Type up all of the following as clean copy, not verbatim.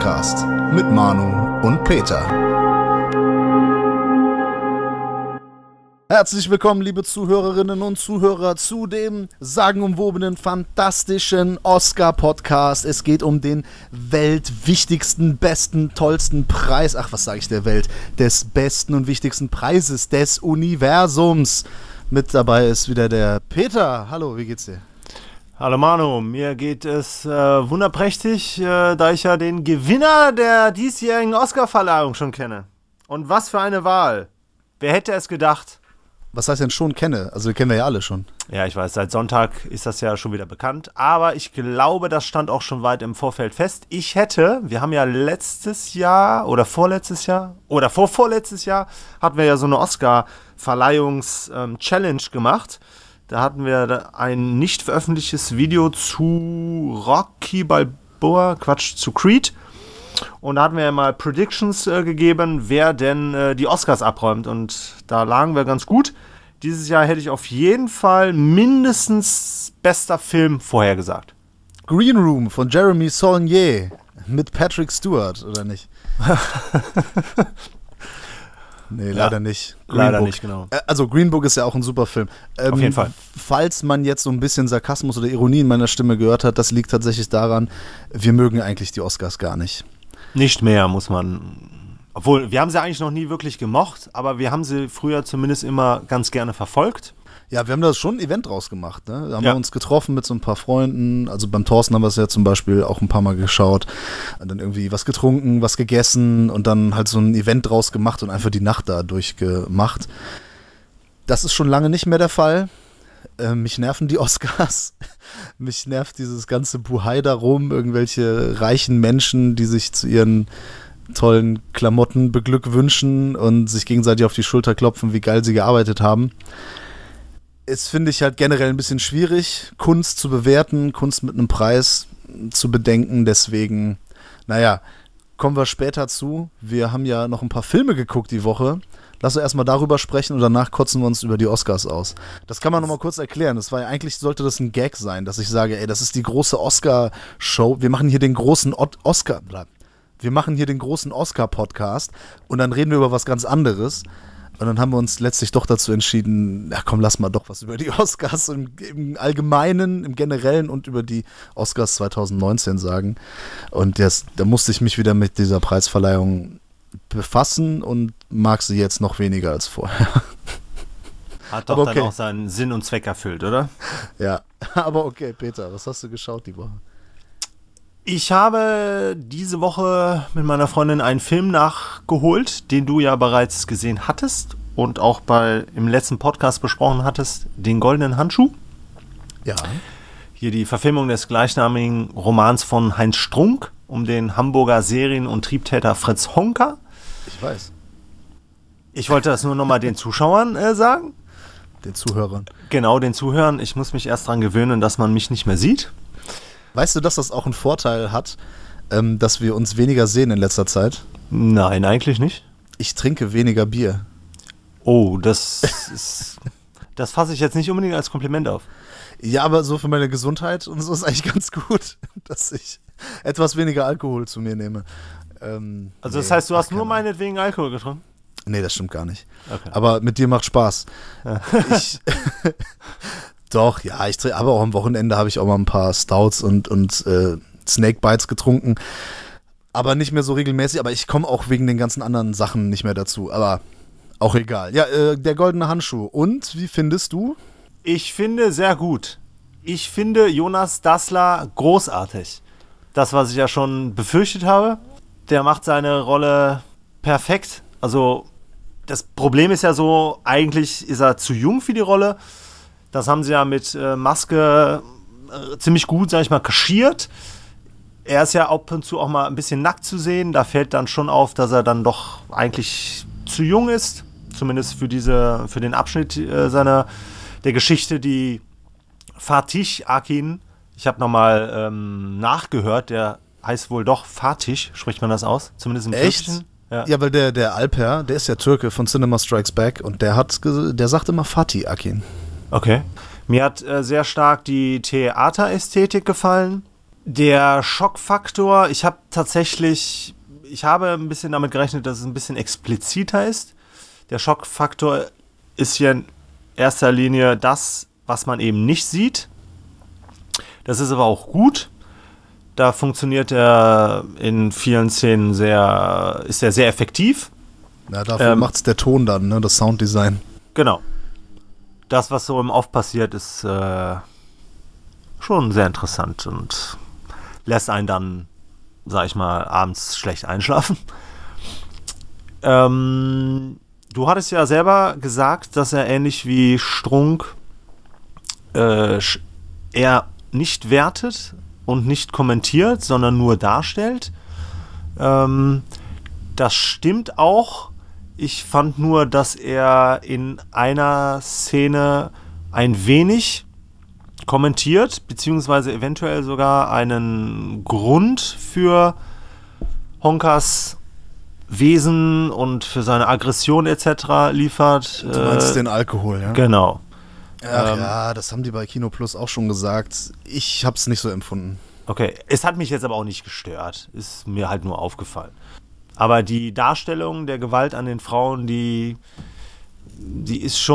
Podcast mit Manu und Peter. Herzlich willkommen, liebe Zuhörerinnen und Zuhörer, zu dem sagenumwobenen, fantastischen Oscar-Podcast. Es geht um den weltwichtigsten, besten, tollsten Preis, des besten und wichtigsten Preises des Universums. Mit dabei ist wieder der Peter. Hallo, wie geht's dir? Hallo Manu, mir geht es wunderprächtig, da ich ja den Gewinner der diesjährigen Oscar-Verleihung schon kenne. Und was für eine Wahl. Wer hätte es gedacht? Was heißt denn schon kenne? Also, wir kennen wir ja alle schon. Ja, ich weiß, seit Sonntag ist das ja schon wieder bekannt. Aber ich glaube, das stand auch schon weit im Vorfeld fest. Wir haben ja letztes Jahr oder vorletztes Jahr oder vorvorletztes Jahr hatten wir ja so eine Oscar-Verleihungs-Challenge gemacht. Da hatten wir ein nicht veröffentlichtes Video zu zu Creed. Und da hatten wir ja mal Predictions gegeben, wer denn die Oscars abräumt. Und da lagen wir ganz gut. Dieses Jahr hätte ich auf jeden Fall mindestens bester Film vorhergesagt. Green Room von Jeremy Saulnier mit Patrick Stewart, oder nicht? Nee, leider nicht. Leider nicht, genau. Also Green Book ist ja auch ein super Film. Auf jeden Fall. Falls man jetzt so ein bisschen Sarkasmus oder Ironie in meiner Stimme gehört hat, das liegt tatsächlich daran, wir mögen eigentlich die Oscars gar nicht. Nicht mehr, muss man. Obwohl, wir haben sie eigentlich noch nie wirklich gemocht, aber wir haben sie früher zumindest immer ganz gerne verfolgt. Ja, wir haben da schon ein Event draus gemacht, ne? Da haben wir uns getroffen mit so ein paar Freunden. Also beim Thorsten haben wir es ja zum Beispiel auch ein paar Mal geschaut. Und dann irgendwie was getrunken, was gegessen und dann halt so ein Event draus gemacht und einfach die Nacht da durchgemacht. Das ist schon lange nicht mehr der Fall. Mich nerven die Oscars. Mich nervt dieses ganze Buhai darum. Irgendwelche reichen Menschen, die sich zu ihren tollen Klamotten beglückwünschen und sich gegenseitig auf die Schulter klopfen, wie geil sie gearbeitet haben. Es finde ich halt generell ein bisschen schwierig, Kunst zu bewerten, Kunst mit einem Preis zu bedenken. Deswegen, kommen wir später zu. Wir haben ja noch ein paar Filme geguckt die Woche. Lass uns erstmal darüber sprechen und danach kotzen wir uns über die Oscars aus. Das kann man nochmal kurz erklären. Das war ja, eigentlich sollte das ein Gag sein, dass ich sage, das ist die große Oscar-Show. Wir machen hier den großen Oscar-Podcast und dann reden wir über was ganz anderes. Und dann haben wir uns letztlich doch dazu entschieden, lass mal doch was über die Oscars im Allgemeinen, im Generellen und über die Oscars 2019 sagen. Und da musste ich mich wieder mit dieser Preisverleihung befassen und mag sie jetzt noch weniger als vorher. Hat doch dann auch seinen Sinn und Zweck erfüllt, oder? Ja, aber okay, Peter, was hast du geschaut die Woche? Ich habe diese Woche mit meiner Freundin einen Film nachgeholt, den du ja bereits gesehen hattest und auch im letzten Podcast besprochen hattest, den Goldenen Handschuh. Ja. Hier die Verfilmung des gleichnamigen Romans von Heinz Strunk um den Hamburger Serien- und Triebtäter Fritz Honka. Ich weiß. Ich wollte das nur nochmal den Zuschauern sagen. Den Zuhörern. Genau, den Zuhörern. Ich muss mich erst daran gewöhnen, dass man mich nicht mehr sieht. Weißt du, dass das auch einen Vorteil hat, dass wir uns weniger sehen in letzter Zeit? Nein, eigentlich nicht. Ich trinke weniger Bier. Oh, das fasse ich jetzt nicht unbedingt als Kompliment auf. Ja, aber so für meine Gesundheit und so ist eigentlich ganz gut, dass ich etwas weniger Alkohol zu mir nehme. Also das heißt, du hast nur meinetwegen Alkohol getrunken? Nee, das stimmt gar nicht. Okay. Aber mit dir macht Spaß. Ja. Doch, ja, ich trinke, aber auch am Wochenende habe ich auch mal ein paar Stouts und Snake Bites getrunken. Aber nicht mehr so regelmäßig, aber ich komme auch wegen den ganzen anderen Sachen nicht mehr dazu. Aber auch egal. Ja, der Goldene Handschuh. Und, wie findest du? Ich finde sehr gut. Ich finde Jonas Dassler großartig. Das, was ich ja schon befürchtet habe, der macht seine Rolle perfekt. Also, das Problem ist ja so, eigentlich ist er zu jung für die Rolle. Das haben sie ja mit Maske ziemlich gut, sag ich mal, kaschiert. Er ist ja ab und zu auch mal ein bisschen nackt zu sehen. Da fällt dann schon auf, dass er dann doch eigentlich zu jung ist. Zumindest für den Abschnitt der Geschichte, die Fatih Akin, ich habe nochmal nachgehört, der heißt wohl doch Fatih, spricht man das aus? Zumindest im Türkischen. Ja, weil der Alper, der ist ja Türke von Cinema Strikes Back und der sagt immer Fatih Akin. Okay. Mir hat sehr stark die Theaterästhetik gefallen. Der Schockfaktor, ich habe ein bisschen damit gerechnet, dass es ein bisschen expliziter ist. Der Schockfaktor ist hier in erster Linie das, was man eben nicht sieht. Das ist aber auch gut. Da funktioniert er in vielen Szenen ist er sehr effektiv. Ja, dafür macht's der Ton dann, ne? Das Sounddesign. Genau. Das, was so im Off passiert, ist schon sehr interessant und lässt einen dann, sag ich mal, abends schlecht einschlafen. Du hattest ja selber gesagt, dass er ähnlich wie Strunk eher nicht wertet und nicht kommentiert, sondern nur darstellt. Das stimmt auch. Ich fand nur, dass er in einer Szene ein wenig kommentiert, beziehungsweise eventuell sogar einen Grund für Honkas Wesen und für seine Aggression etc. liefert. Du meinst den Alkohol, ja? Genau. Ach ja, das haben die bei Kino Plus auch schon gesagt. Ich hab's nicht so empfunden. Okay, es hat mich jetzt aber auch nicht gestört. Ist mir halt nur aufgefallen. Aber die Darstellung der Gewalt an den Frauen, die ist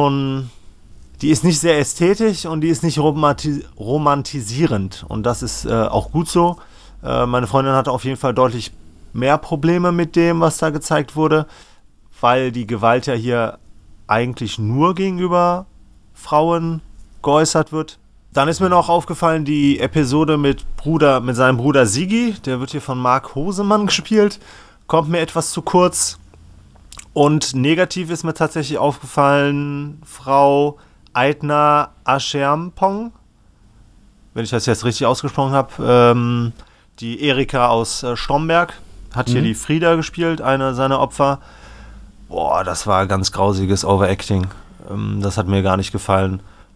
nicht sehr ästhetisch und die ist nicht romantisierend. Und das ist auch gut so. Meine Freundin hatte auf jeden Fall deutlich mehr Probleme mit dem, was da gezeigt wurde, weil die Gewalt ja hier eigentlich nur gegenüber Frauen geäußert wird. Dann ist mir noch aufgefallen, die Episode mit seinem Bruder Sigi, der wird hier von Mark Hosemann gespielt, kommt mir etwas zu kurz. Und negativ ist mir tatsächlich aufgefallen, Frau Aitna Acheampong, wenn ich das jetzt richtig ausgesprochen habe, die Erika aus Stromberg, hat hier die Frieda gespielt, eine seiner Opfer. Boah, das war ganz grausiges Overacting. Das hat mir gar nicht gefallen,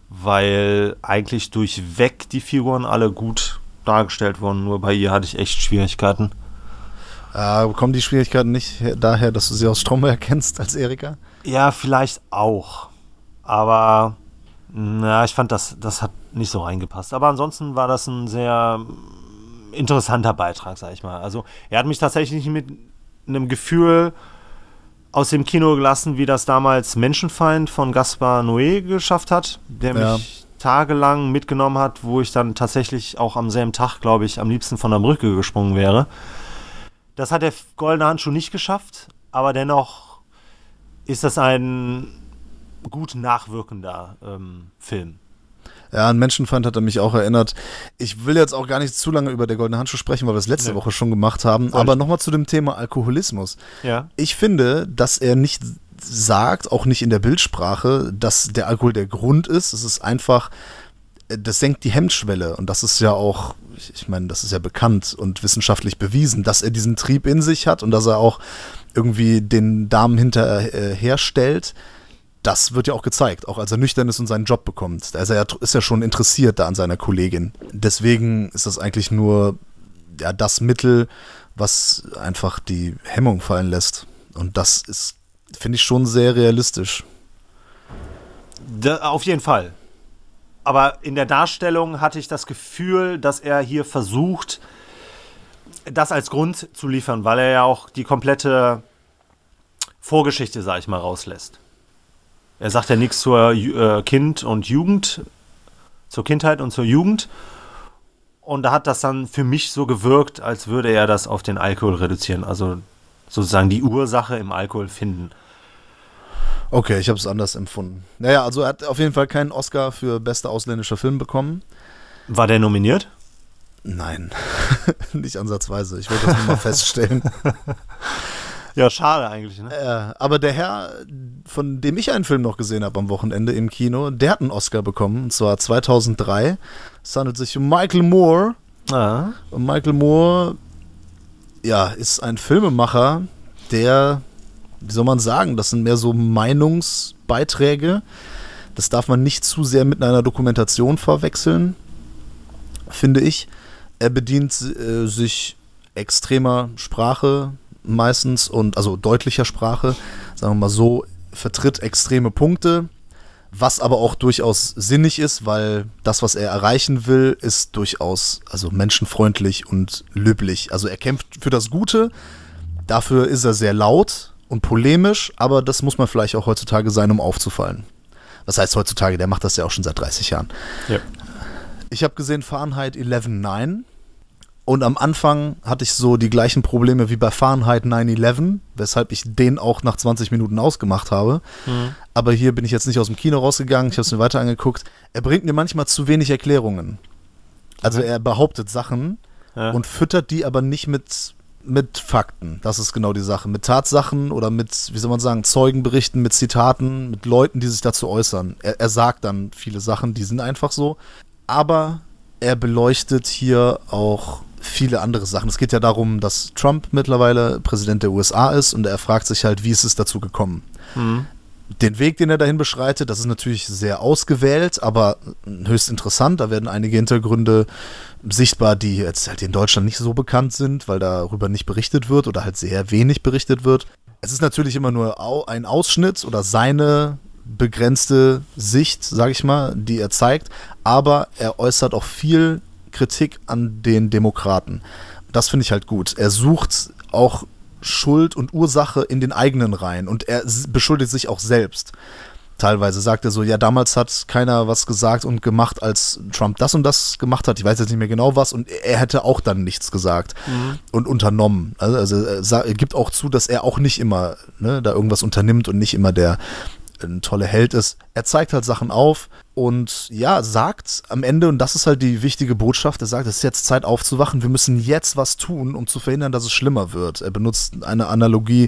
weil eigentlich durchweg die Figuren alle gut dargestellt wurden. Nur bei ihr hatte ich echt Schwierigkeiten. Kommen die Schwierigkeiten nicht daher, dass du sie aus Stromberg kennst als Erika? Ja, vielleicht auch. Aber ich fand, das hat nicht so reingepasst. Aber ansonsten war das ein sehr interessanter Beitrag, sag ich mal. Also er hat mich tatsächlich mit einem Gefühl aus dem Kino gelassen, wie das damals Menschenfeind von Gaspar Noé geschafft hat, der mich tagelang mitgenommen hat, wo ich dann tatsächlich auch am selben Tag, glaube ich, am liebsten von der Brücke gesprungen wäre. Das hat der Goldene Handschuh nicht geschafft, aber dennoch ist das ein gut nachwirkender Film. Ja, an Menschenfeind hat er mich auch erinnert. Ich will jetzt auch gar nicht zu lange über der Goldene Handschuh sprechen, weil wir es letzte Woche schon gemacht haben. Aber nochmal zu dem Thema Alkoholismus. Ja. Ich finde, dass er nicht sagt, auch nicht in der Bildsprache, dass der Alkohol der Grund ist. Es ist einfach, das senkt die Hemmschwelle. Und das ist ja auch, ich meine, das ist ja bekannt und wissenschaftlich bewiesen, dass er diesen Trieb in sich hat und dass er auch irgendwie den Damen hinterherstellt. Das wird ja auch gezeigt, auch als er nüchtern ist und seinen Job bekommt. Da ist er schon interessiert da an seiner Kollegin. Deswegen ist das eigentlich nur das Mittel, was einfach die Hemmung fallen lässt. Und das ist, finde ich, schon sehr realistisch. Auf jeden Fall. Aber in der Darstellung hatte ich das Gefühl, dass er hier versucht, das als Grund zu liefern, weil er ja auch die komplette Vorgeschichte, sag ich mal, rauslässt. Er sagt ja nichts zur Kindheit und zur Jugend. Und da hat das dann für mich so gewirkt, als würde er das auf den Alkohol reduzieren. Also sozusagen die Ursache im Alkohol finden. Okay, ich habe es anders empfunden. Naja, also er hat auf jeden Fall keinen Oscar für bester ausländischer Film bekommen. War der nominiert? Nein, nicht ansatzweise. Ich wollte das nur mal feststellen. Ja, schade eigentlich, ne? Aber der Herr, von dem ich einen Film noch gesehen habe am Wochenende im Kino, der hat einen Oscar bekommen, und zwar 2003. Es handelt sich um Michael Moore. Und Michael Moore, ist ein Filmemacher, der, wie soll man sagen, das sind mehr so Meinungsbeiträge. Das darf man nicht zu sehr mit einer Dokumentation verwechseln, finde ich. Er bedient sich extremer Sprache meistens und also deutlicher Sprache, sagen wir mal so, vertritt extreme Punkte, Was aber auch durchaus sinnig ist, weil das, was er erreichen will, ist durchaus menschenfreundlich und löblich. Also er kämpft für das Gute, dafür ist er sehr laut und polemisch, aber das muss man vielleicht auch heutzutage sein, um aufzufallen. Was heißt heutzutage? Der macht das ja auch schon seit 30 Jahren. Ja. Ich habe gesehen Fahrenheit 11.9 und am Anfang hatte ich so die gleichen Probleme wie bei Fahrenheit 9/11, weshalb ich den auch nach 20 Minuten ausgemacht habe. Aber hier bin ich jetzt nicht aus dem Kino rausgegangen, ich habe es mir weiter angeguckt. Er bringt mir manchmal zu wenig Erklärungen. Also er behauptet Sachen und füttert die aber nicht mit Fakten. Das ist genau die Sache. Mit Tatsachen oder mit, wie soll man sagen, Zeugenberichten, mit Zitaten, mit Leuten, die sich dazu äußern. Er sagt dann viele Sachen, die sind einfach so. Aber er beleuchtet hier auch viele andere Sachen. Es geht ja darum, dass Trump mittlerweile Präsident der USA ist und er fragt sich halt, wie ist es dazu gekommen? Den Weg, den er dahin beschreitet, das ist natürlich sehr ausgewählt, aber höchst interessant. Da werden einige Hintergründe sichtbar, die jetzt halt in Deutschland nicht so bekannt sind, weil darüber nicht berichtet wird oder halt sehr wenig berichtet wird. Es ist natürlich immer nur ein Ausschnitt oder seine begrenzte Sicht, sage ich mal, die er zeigt, aber er äußert auch viel Kritik an den Demokraten. Das finde ich halt gut. Er sucht auch Schuld und Ursache in den eigenen Reihen und er beschuldigt sich auch selbst. Teilweise sagt er so, ja, damals hat keiner was gesagt und gemacht, als Trump das und das gemacht hat. Ich weiß jetzt nicht mehr genau was und er hätte auch dann nichts gesagt und unternommen. Also er gibt auch zu, dass er auch nicht immer da irgendwas unternimmt und nicht immer der ein toller Held ist. Er zeigt halt Sachen auf und ja, sagt am Ende, und das ist halt die wichtige Botschaft, er sagt, es ist jetzt Zeit aufzuwachen, wir müssen jetzt was tun, um zu verhindern, dass es schlimmer wird. Er benutzt eine Analogie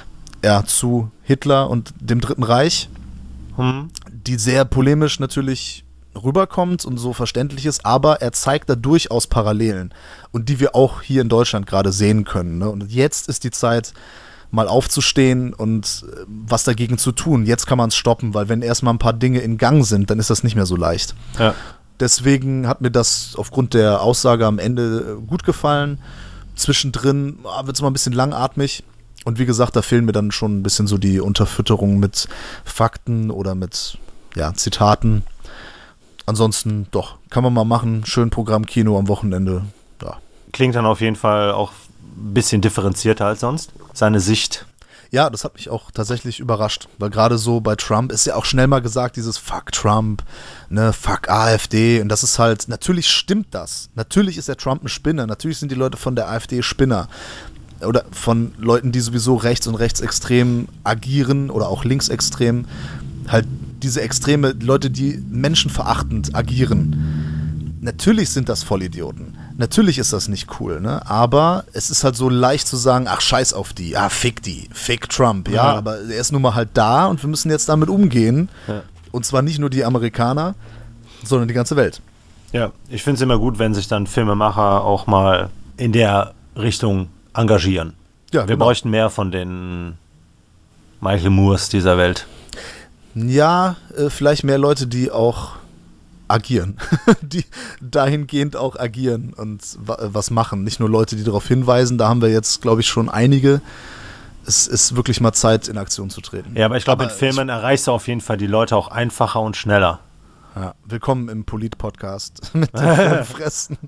zu Hitler und dem Dritten Reich, die sehr polemisch natürlich rüberkommt und so verständlich ist, aber er zeigt da durchaus Parallelen und die wir auch hier in Deutschland gerade sehen können. Ne? Und jetzt ist die Zeit, mal aufzustehen und was dagegen zu tun. Jetzt kann man es stoppen, weil wenn erstmal ein paar Dinge in Gang sind, dann ist das nicht mehr so leicht. Ja. Deswegen hat mir das aufgrund der Aussage am Ende gut gefallen. Zwischendrin wird es mal ein bisschen langatmig. Und wie gesagt, da fehlen mir dann schon ein bisschen so die Unterfütterung mit Fakten oder mit Zitaten. Ansonsten doch, kann man mal machen. Schön Programm Kino am Wochenende. Ja. Klingt dann auf jeden Fall auch ein bisschen differenzierter als sonst. Seine Sicht. Ja, das hat mich auch tatsächlich überrascht, weil gerade so bei Trump ist ja auch schnell mal gesagt, dieses Fuck Trump, ne, Fuck AfD und das ist halt, natürlich stimmt das. Natürlich ist der Trump ein Spinner, natürlich sind die Leute von der AfD Spinner oder von Leuten, die sowieso rechts und rechtsextrem agieren oder auch linksextrem, halt diese extreme Leute, die menschenverachtend agieren. Natürlich sind das Vollidioten. Natürlich ist das nicht cool, ne? Aber es ist halt so leicht zu sagen, ach, scheiß auf die, fick die, fick Trump, ja, aber er ist nun mal halt da und wir müssen jetzt damit umgehen. Ja. Und zwar nicht nur die Amerikaner, sondern die ganze Welt. Ja, ich finde es immer gut, wenn sich dann Filmemacher auch mal in der Richtung engagieren. Ja, wir bräuchten mehr von den Michael Moores dieser Welt. Ja, vielleicht mehr Leute, die auch agieren, die dahingehend auch agieren und was machen. Nicht nur Leute, die darauf hinweisen, da haben wir jetzt, glaube ich, schon einige. Es ist wirklich mal Zeit, in Aktion zu treten. Ja, aber ich glaube, mit Filmen erreichst du auf jeden Fall die Leute auch einfacher und schneller. Ja, willkommen im Polit-Podcast mit dem Fressen.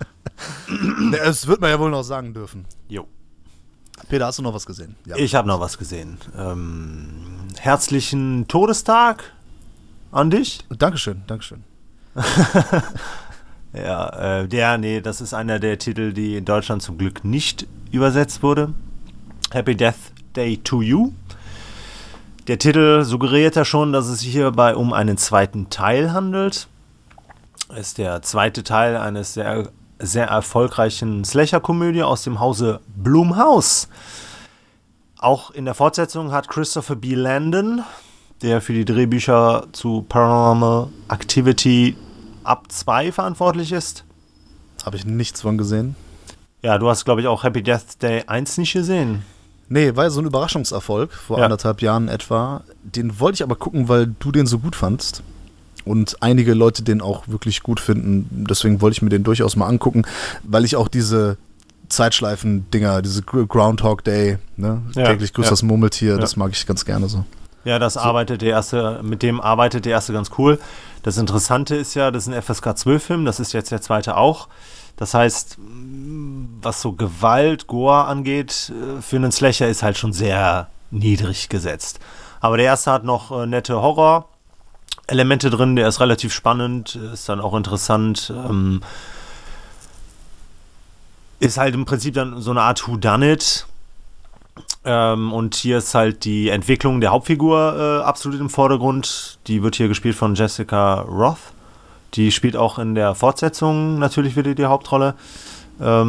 Das wird man ja wohl noch sagen dürfen. Jo. Peter, hast du noch was gesehen? Ja. Ich habe noch was gesehen. Herzlichen Todestag an dich. Dankeschön. Ja, das ist einer der Titel, die in Deutschland zum Glück nicht übersetzt wurde. Happy Death Day to You. Der Titel suggeriert ja schon, dass es sich hierbei um einen zweiten Teil handelt. Es ist der zweite Teil eines sehr, sehr erfolgreichen Slasher-Komödie aus dem Hause Blumhouse. Auch in der Fortsetzung hat Christopher B. Landon, der für die Drehbücher zu Paranormal Activity ab 2 verantwortlich ist. Habe ich nichts von gesehen. Ja, du hast, glaube ich, auch Happy Death Day 1 nicht gesehen. Nee, war ja so ein Überraschungserfolg vor 1,5 Jahren etwa. Den wollte ich aber gucken, weil du den so gut fandst. Und einige Leute den auch wirklich gut finden. Deswegen wollte ich mir den durchaus mal angucken, weil ich auch diese Zeitschleifen-Dinger, diese Groundhog Day, ne? Täglich grüßt das Murmeltier, das mag ich ganz gerne so. Ja, mit dem arbeitet der erste ganz cool. Das Interessante ist ja, das ist ein FSK 12-Film, das ist jetzt der zweite auch. Das heißt, was so Gewalt, Gore angeht, für einen Slasher ist halt schon sehr niedrig gesetzt. Aber der erste hat noch nette Horror-Elemente drin, der ist relativ spannend, ist dann auch interessant. Ist halt im Prinzip dann so eine Art Whodunit. Und hier ist halt die Entwicklung der Hauptfigur absolut im Vordergrund. Die wird hier gespielt von Jessica Roth. Die spielt auch in der Fortsetzung natürlich wieder die Hauptrolle. Der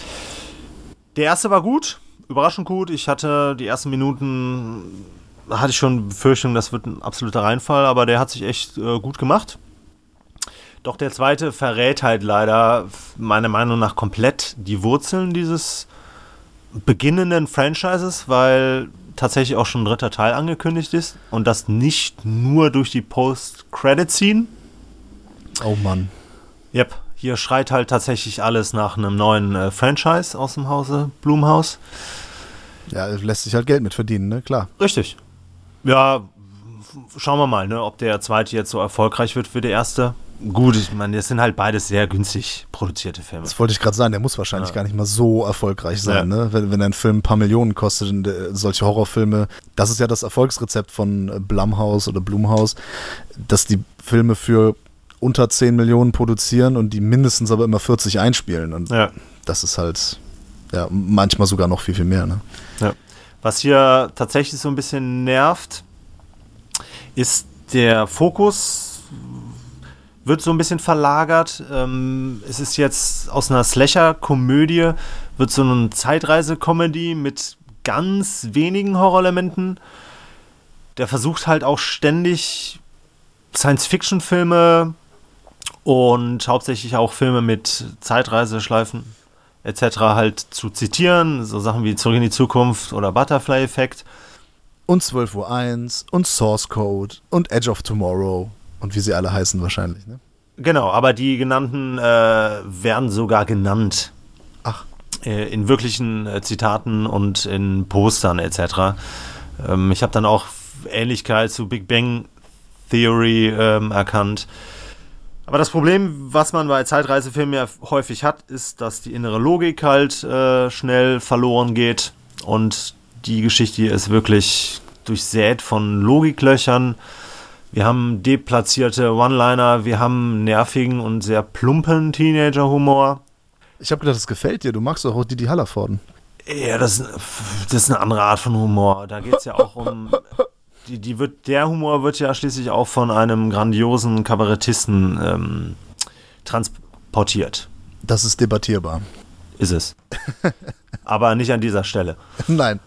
erste war gut, überraschend gut. Ich hatte die ersten Minuten, hatte ich schon Befürchtung, das wird ein absoluter Reinfall, aber der hat sich echt gut gemacht. Doch der zweite verrät halt leider meiner Meinung nach komplett die Wurzeln dieses beginnenden Franchises, weil tatsächlich auch schon ein dritter Teil angekündigt ist und das nicht nur durch die Post-Credit-Scene. Oh Mann. Yep, hier schreit halt tatsächlich alles nach einem neuen Franchise aus dem Hause Blumhouse. Ja, lässt sich halt Geld mit verdienen, ne? Klar. Richtig. Ja, schauen wir mal, ne, ob der zweite jetzt so erfolgreich wird wie der erste. Gut, ich meine, das sind halt beides sehr günstig produzierte Filme. Das wollte ich gerade sagen, der muss wahrscheinlich gar nicht mal so erfolgreich sein, ne? Wenn ein Film ein paar Millionen kostet, solche Horrorfilme, das ist ja das Erfolgsrezept von Blumhouse oder Blumhouse, dass die Filme für unter 10 Millionen produzieren und die mindestens aber immer 40 einspielen. Und das ist halt, ja, manchmal sogar noch viel, viel mehr, ne? Ja. Was hier tatsächlich so ein bisschen nervt, ist der Fokus wird so ein bisschen verlagert. Es ist jetzt aus einer Slasher-Komödie, wird so eine Zeitreise-Comedy mit ganz wenigen Horrorelementen. Der versucht halt auch ständig Science-Fiction-Filme und hauptsächlich auch Filme mit Zeitreiseschleifen etc. halt zu zitieren. So Sachen wie Zurück in die Zukunft oder Butterfly-Effekt. Und 12:01 und Source Code und Edge of Tomorrow. Und wie sie alle heißen wahrscheinlich, ne? Genau, aber die genannten werden sogar genannt. Ach. In wirklichen Zitaten und in Postern etc. Ich habe dann auch Ähnlichkeit zu Big Bang Theory erkannt. Aber das Problem, was man bei Zeitreisefilmen ja häufig hat, ist, dass die innere Logik halt schnell verloren geht. Und die Geschichte hier ist wirklich durchsät von Logiklöchern. Wir haben deplatzierte One-Liner, wir haben nervigen und sehr plumpen Teenager-Humor. Ich habe gedacht, das gefällt dir. Du magst doch auch Didi Hallervorden. Ja, das ist eine andere Art von Humor. Da geht es ja auch um... Der Humor wird ja schließlich auch von einem grandiosen Kabarettisten transportiert. Das ist debattierbar. Ist es. Aber nicht an dieser Stelle. Nein.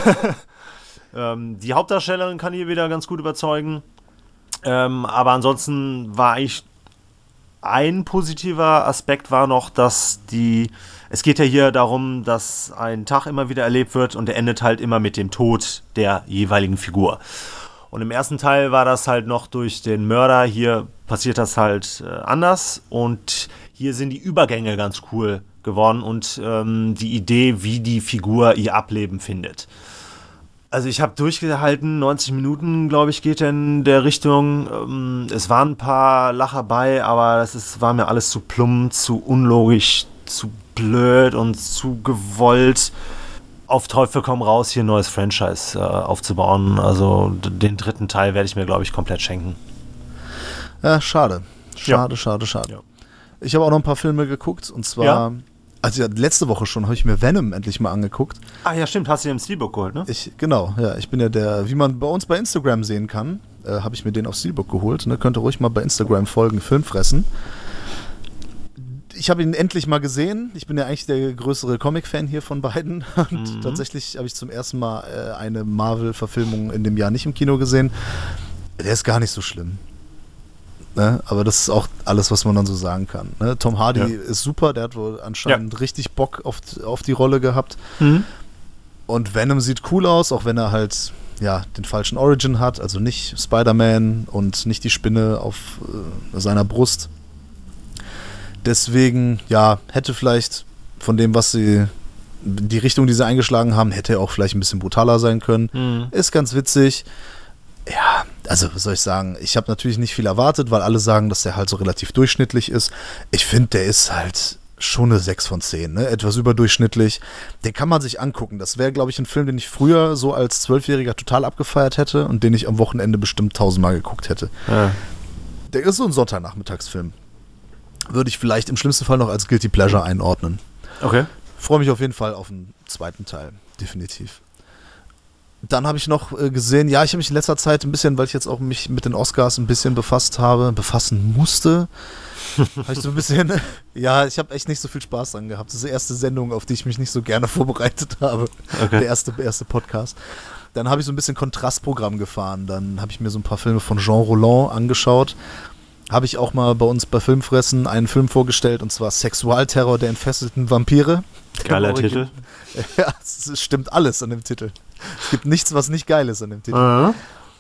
Die Hauptdarstellerin kann hier wieder ganz gut überzeugen. Aber ansonsten war ein positiver Aspekt war noch, dass es geht ja hier darum, dass ein Tag immer wieder erlebt wird und der endet halt immer mit dem Tod der jeweiligen Figur. Und im ersten Teil war das halt noch durch den Mörder, hier passiert das halt anders und hier sind die Übergänge ganz cool geworden und die Idee, wie die Figur ihr Ableben findet. Also ich habe durchgehalten, 90 Minuten, glaube ich, geht in der Richtung. Es waren ein paar Lacher bei, aber war mir alles zu plump, zu unlogisch, zu blöd und zu gewollt. Auf Teufel komm raus, hier ein neues Franchise aufzubauen. Also den dritten Teil werde ich mir, glaube ich, komplett schenken. Ja, schade. Schade. Ja. Ich habe auch noch ein paar Filme geguckt und zwar... Ja. Also ja, letzte Woche schon habe ich mir Venom endlich mal angeguckt. Ah ja, stimmt, hast du den im Steelbook geholt, ne? Ich bin ja wie man bei uns bei Instagram sehen kann, habe ich mir den auf Steelbook geholt. Ne? Könnt ihr ruhig mal bei Instagram folgen, Filmfressen. Ich habe ihn endlich mal gesehen. Ich bin ja eigentlich der größere Comic-Fan hier von beiden. Und tatsächlich habe ich zum ersten Mal eine Marvel-Verfilmung in dem Jahr nicht im Kino gesehen. Der ist gar nicht so schlimm. Ne? Aber das ist auch alles, was man dann so sagen kann. Ne? Tom Hardy ist super, der hat wohl anscheinend richtig Bock auf die Rolle gehabt. Und Venom sieht cool aus, auch wenn er halt den falschen Origin hat, also nicht Spider-Man und nicht die Spinne auf seiner Brust. Deswegen, hätte vielleicht von dem, was die Richtung, die sie eingeschlagen haben, hätte er auch vielleicht ein bisschen brutaler sein können. Ist ganz witzig. Ja, also was soll ich sagen? Ich habe natürlich nicht viel erwartet, weil alle sagen, dass der halt so relativ durchschnittlich ist. Ich finde, der ist halt schon eine 6 von 10, ne? Etwas überdurchschnittlich. Den kann man sich angucken. Das wäre, glaube ich, ein Film, den ich früher so als Zwölfjähriger total abgefeiert hätte und den ich am Wochenende bestimmt 1000-mal geguckt hätte. Ja. Der ist so ein Sonntagnachmittagsfilm. Würde ich vielleicht im schlimmsten Fall noch als Guilty Pleasure einordnen. Okay. Freue mich auf jeden Fall auf den zweiten Teil. Definitiv. Dann habe ich noch gesehen, ja, ich habe mich in letzter Zeit ein bisschen, weil ich jetzt auch mich mit den Oscars ein bisschen befassen musste, habe ich so ein bisschen, ja, ich habe echt nicht so viel Spaß dran gehabt. Das ist die erste Sendung, auf die ich mich nicht so gerne vorbereitet habe. Okay. Der erste Podcast. Dann habe ich so ein bisschen Kontrastprogramm gefahren. Dann habe ich mir so ein paar Filme von Jean Roland angeschaut. Habe ich auch mal bei uns bei Filmfressen einen Film vorgestellt, und zwar Sexualterror der entfesselten Vampire. Geiler Titel. Ja, es stimmt alles an dem Titel. Es gibt nichts, was nicht geil ist an dem Titel.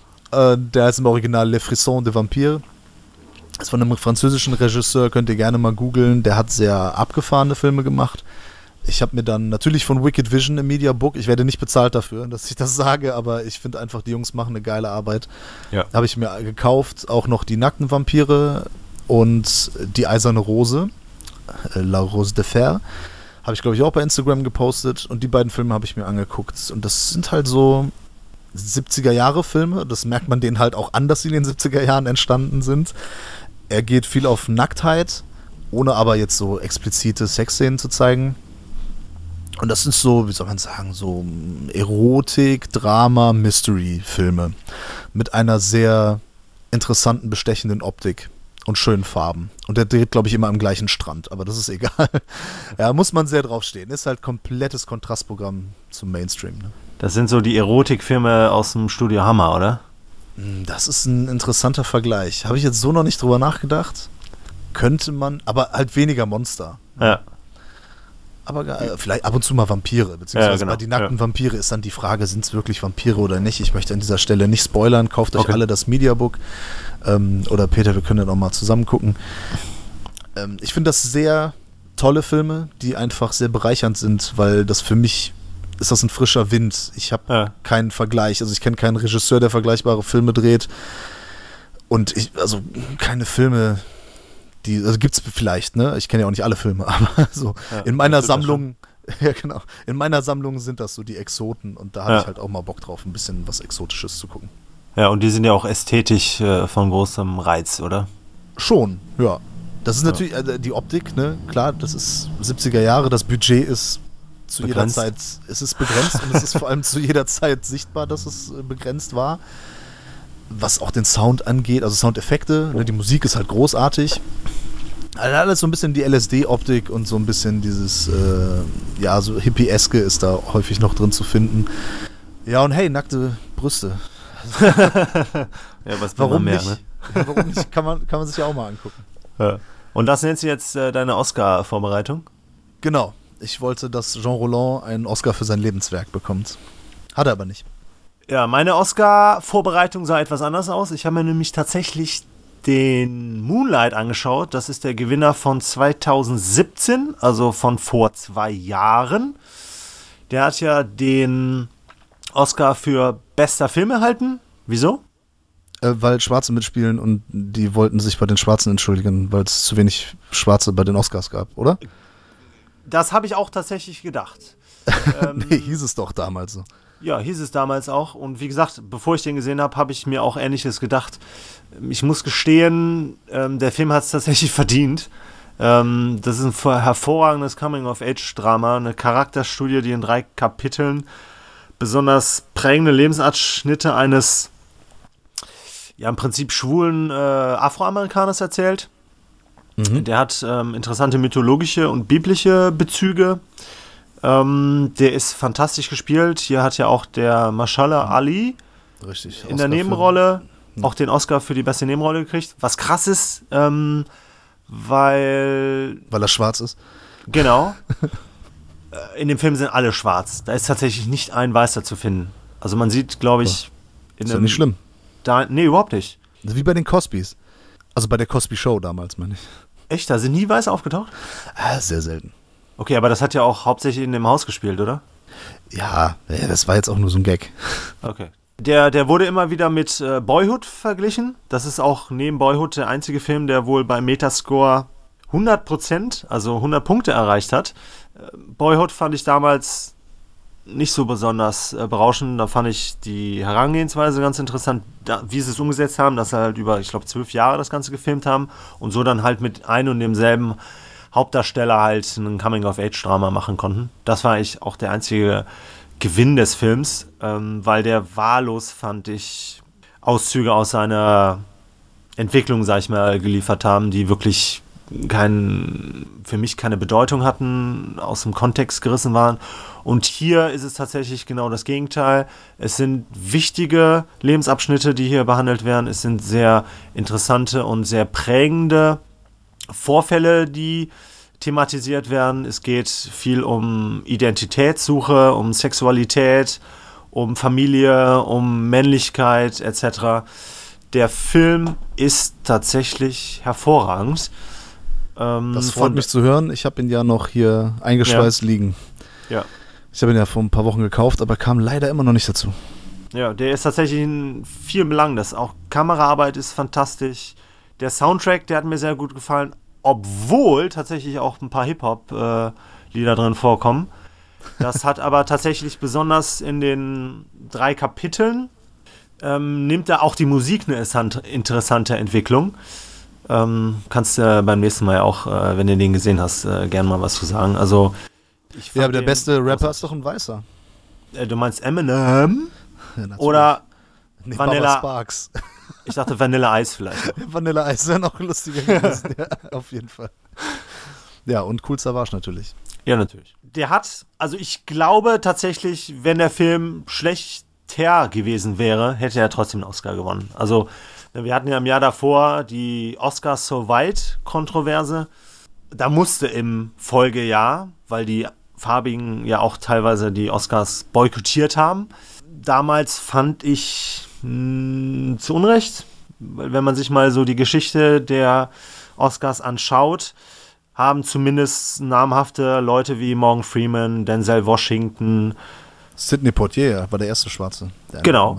Der heißt im Original Les Frissons de Vampire. Das ist von einem französischen Regisseur, könnt ihr gerne mal googeln. Der hat sehr abgefahrene Filme gemacht. Ich habe mir dann natürlich von Wicked Vision im Mediabook, ich werde nicht bezahlt dafür, dass ich das sage, aber ich finde einfach, die Jungs machen eine geile Arbeit. Ja. Habe ich mir gekauft, auch noch die nackten Vampire und die Eiserne Rose, La Rose de Fer. Habe ich, glaube ich, auch bei Instagram gepostet, und die beiden Filme habe ich mir angeguckt. Und das sind halt so 70er-Jahre-Filme. Das merkt man denen halt auch an, dass sie in den 70er Jahren entstanden sind. Er geht viel auf Nacktheit, ohne aber jetzt so explizite Sexszenen zu zeigen. Und das sind so, wie soll man sagen, so Erotik, Drama, Mystery-Filme mit einer sehr interessanten, bestechenden Optik und schönen Farben. Und der dreht, glaube ich, immer am gleichen Strand, aber das ist egal. Ja, muss man sehr draufstehen. Ist halt komplettes Kontrastprogramm zum Mainstream. Ne? Das sind so die Erotikfilme aus dem Studio Hammer, oder? Das ist ein interessanter Vergleich. Habe ich jetzt so noch nicht drüber nachgedacht. Könnte man, aber halt weniger Monster. Ja. Aber vielleicht ab und zu mal Vampire, beziehungsweise ja, genau. Bei die nackten Vampire ist dann die Frage, sind es wirklich Vampire oder nicht? Ich möchte an dieser Stelle nicht spoilern, kauft euch alle das Mediabook. Oder Peter, wir können ja noch mal zusammen gucken. Ich finde das sehr tolle Filme, die einfach sehr bereichernd sind, weil das für mich ist das ein frischer Wind. Ich habe keinen Vergleich, also ich kenne keinen Regisseur, der vergleichbare Filme dreht. Und also keine Filme, also gibt's vielleicht, ne? Ich kenne ja auch nicht alle Filme, aber so in meiner Sammlung, ja genau, in meiner Sammlung sind das so die Exoten, und da habe ich halt auch mal Bock drauf, ein bisschen was Exotisches zu gucken. Ja, und die sind ja auch ästhetisch von großem Reiz, oder? Schon, ja. Das ist natürlich die Optik, ne? Klar, das ist 70er Jahre, das Budget ist zu begrenzt. Jeder Zeit, es ist begrenzt und es ist vor allem zu jeder Zeit sichtbar, dass es begrenzt war. Was auch den Sound angeht, also Soundeffekte, ne, die Musik ist halt großartig. Also alles so ein bisschen die LSD-Optik und so ein bisschen dieses, so Hippie-eske ist da häufig noch drin zu finden. Ja, und hey, nackte Brüste. Ja, was warum mehr, nicht? Ne? Ja, warum nicht? Kann man sich ja auch mal angucken. Ja. Und das nennst du jetzt deine Oscar-Vorbereitung? Genau. Ich wollte, dass Jean Roland einen Oscar für sein Lebenswerk bekommt. Hat er aber nicht. Ja, meine Oscar-Vorbereitung sah etwas anders aus. Ich habe mir nämlich tatsächlich den Moonlight angeschaut. Das ist der Gewinner von 2017, also von vor 2 Jahren. Der hat ja den Oscar für bester Film erhalten. Wieso? Weil Schwarze mitspielen und die wollten sich bei den Schwarzen entschuldigen, weil es zu wenig Schwarze bei den Oscars gab, oder? Das habe ich auch tatsächlich gedacht. Nee, hieß es doch damals so. Ja, hieß es damals auch. Und wie gesagt, bevor ich den gesehen habe, habe ich mir auch Ähnliches gedacht. Ich muss gestehen, der Film hat es tatsächlich verdient. Das ist ein hervorragendes Coming-of-Age-Drama, eine Charakterstudie, die in 3 Kapiteln besonders prägende Lebensabschnitte eines, ja im Prinzip schwulen Afroamerikaners erzählt. Mhm. Der hat interessante mythologische und biblische Bezüge. Der ist fantastisch gespielt. Hier hat ja auch der Mahershala Ali in der Nebenrolle auch den Oscar für die beste Nebenrolle gekriegt. Was krass ist, weil er schwarz ist? Genau. In dem Film sind alle schwarz. Da ist tatsächlich nicht ein Weißer zu finden. Also man sieht, glaube ich... Ist ja nicht schlimm. Nee, überhaupt nicht. Wie bei den Cosbys. Also bei der Cosby Show damals, meine ich. Echt? Da sind nie Weiße aufgetaucht? Sehr selten. Okay, aber das hat ja auch hauptsächlich in dem Haus gespielt, oder? Ja, das war jetzt auch nur so ein Gag. Okay. Der wurde immer wieder mit Boyhood verglichen. Das ist auch neben Boyhood der einzige Film, der wohl bei Metascore 100%, also 100 Punkte erreicht hat. Boyhood fand ich damals nicht so besonders berauschend. Da fand ich die Herangehensweise ganz interessant, wie sie es umgesetzt haben, dass sie halt über, ich glaube, 12 Jahre das Ganze gefilmt haben und so dann halt mit ein und demselben Hauptdarsteller halt ein Coming-of-Age-Drama machen konnten. Das war eigentlich auch der einzige Gewinn des Films, weil der wahllos, fand ich, Auszüge aus seiner Entwicklung, sag ich mal, geliefert haben, die wirklich für mich keine Bedeutung hatten, aus dem Kontext gerissen waren. Und hier ist es tatsächlich genau das Gegenteil. Es sind wichtige Lebensabschnitte, die hier behandelt werden. Es sind sehr interessante und sehr prägende Vorfälle, die thematisiert werden. Es geht viel um Identitätssuche, um Sexualität, um Familie, um Männlichkeit etc. Der Film ist tatsächlich hervorragend. Das freut mich zu hören. Ich habe ihn ja noch hier eingeschweißt liegen. Ja. Ich habe ihn ja vor ein paar Wochen gekauft, aber kam leider immer noch nicht dazu. Ja, der ist tatsächlich in vielen Belangen. Auch Kameraarbeit ist fantastisch. Der Soundtrack, der hat mir sehr gut gefallen, obwohl tatsächlich auch ein paar Hip-Hop-Lieder drin vorkommen. Das hat aber tatsächlich besonders in den 3 Kapiteln nimmt da auch die Musik eine interessante Entwicklung. Kannst du beim nächsten Mal auch, wenn du den gesehen hast, gerne mal was zu sagen. Also, aber der beste Rapper ist doch ein Weißer. Du meinst Eminem? Ja, oder Vanilla Sparks. Ich dachte Vanilla Ice vielleicht. Vanilla Ice wäre noch lustiger gewesen, ja, auf jeden Fall. Ja, und Cool Savage natürlich. Ja, natürlich. Der hat, also ich glaube tatsächlich, wenn der Film schlechter gewesen wäre, hätte er trotzdem einen Oscar gewonnen. Also wir hatten ja im Jahr davor die Oscars so weit Kontroverse. Da musste im Folgejahr, weil die Farbigen ja auch teilweise die Oscars boykottiert haben. Damals fand ich zu Unrecht, weil wenn man sich mal so die Geschichte der Oscars anschaut, haben zumindest namhafte Leute wie Morgan Freeman, Denzel Washington, Sidney Poitier war der erste Schwarze. Genau.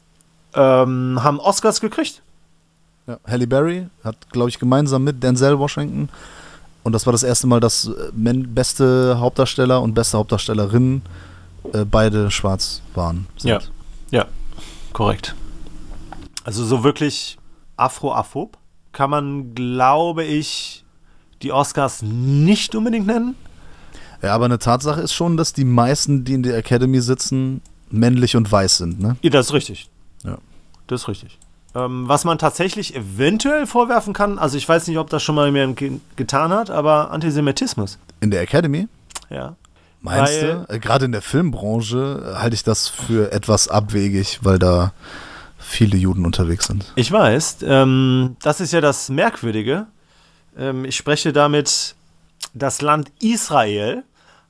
Haben Oscars gekriegt. Ja, Halle Berry hat, glaube ich, gemeinsam mit Denzel Washington, und das war das erste Mal, dass beste Hauptdarsteller und beste Hauptdarstellerin beide schwarz waren. Ja, korrekt. Also so wirklich afro-aphob kann man, glaube ich, die Oscars nicht unbedingt nennen. Ja, aber eine Tatsache ist schon, dass die meisten, die in der Academy sitzen, männlich und weiß sind, ne? Ja, das ist richtig. Ja. Das ist richtig. Was man tatsächlich eventuell vorwerfen kann, also ich weiß nicht, ob das schon mal jemand getan hat, aber Antisemitismus. In der Academy? Ja. Meinst du? Gerade in der Filmbranche halte ich das für etwas abwegig, weil da viele Juden unterwegs sind. Ich weiß. Das ist ja das Merkwürdige. Ich spreche damit das Land Israel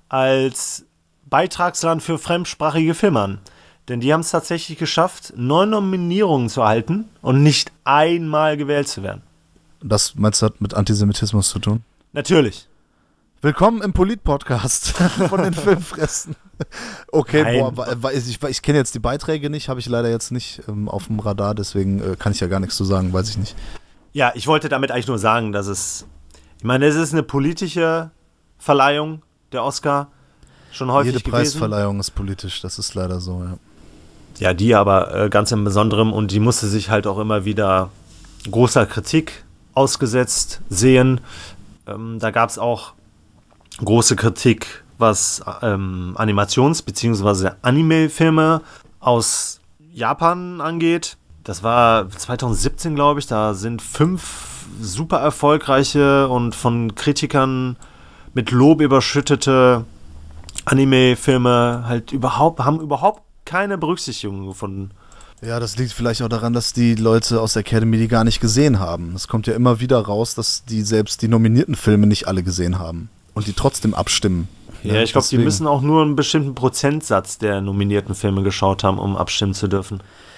als Beitragsland für fremdsprachige Filme an. Denn die haben es tatsächlich geschafft, 9 Nominierungen zu erhalten und nicht einmal gewählt zu werden. Das meinst du, hat mit Antisemitismus zu tun? Natürlich. Willkommen im Polit-Podcast von den Filmfressen. Okay, ich kenne jetzt die Beiträge nicht, habe ich leider jetzt nicht auf dem Radar, deswegen kann ich ja gar nichts zu sagen, weiß ich nicht. Ja, ich wollte damit eigentlich nur sagen, dass es ist eine politische Verleihung, der Oscar, schon häufig Jede gewesen. Preisverleihung ist politisch, das ist leider so, ja. Ja, die aber ganz im Besonderen, und die musste sich halt auch immer wieder großer Kritik ausgesetzt sehen. Da gab es auch große Kritik, was Animations- bzw. Anime-Filme aus Japan angeht. Das war 2017, glaube ich. Da sind 5 super erfolgreiche und von Kritikern mit Lob überschüttete Anime-Filme halt haben überhaupt keine Berücksichtigung gefunden. Ja, das liegt vielleicht auch daran, dass die Leute aus der Academy die gar nicht gesehen haben. Es kommt ja immer wieder raus, dass die selbst die nominierten Filme nicht alle gesehen haben und die trotzdem abstimmen. Ja, ich glaube, die müssen auch nur einen bestimmten Prozentsatz der nominierten Filme geschaut haben, um abstimmen zu dürfen.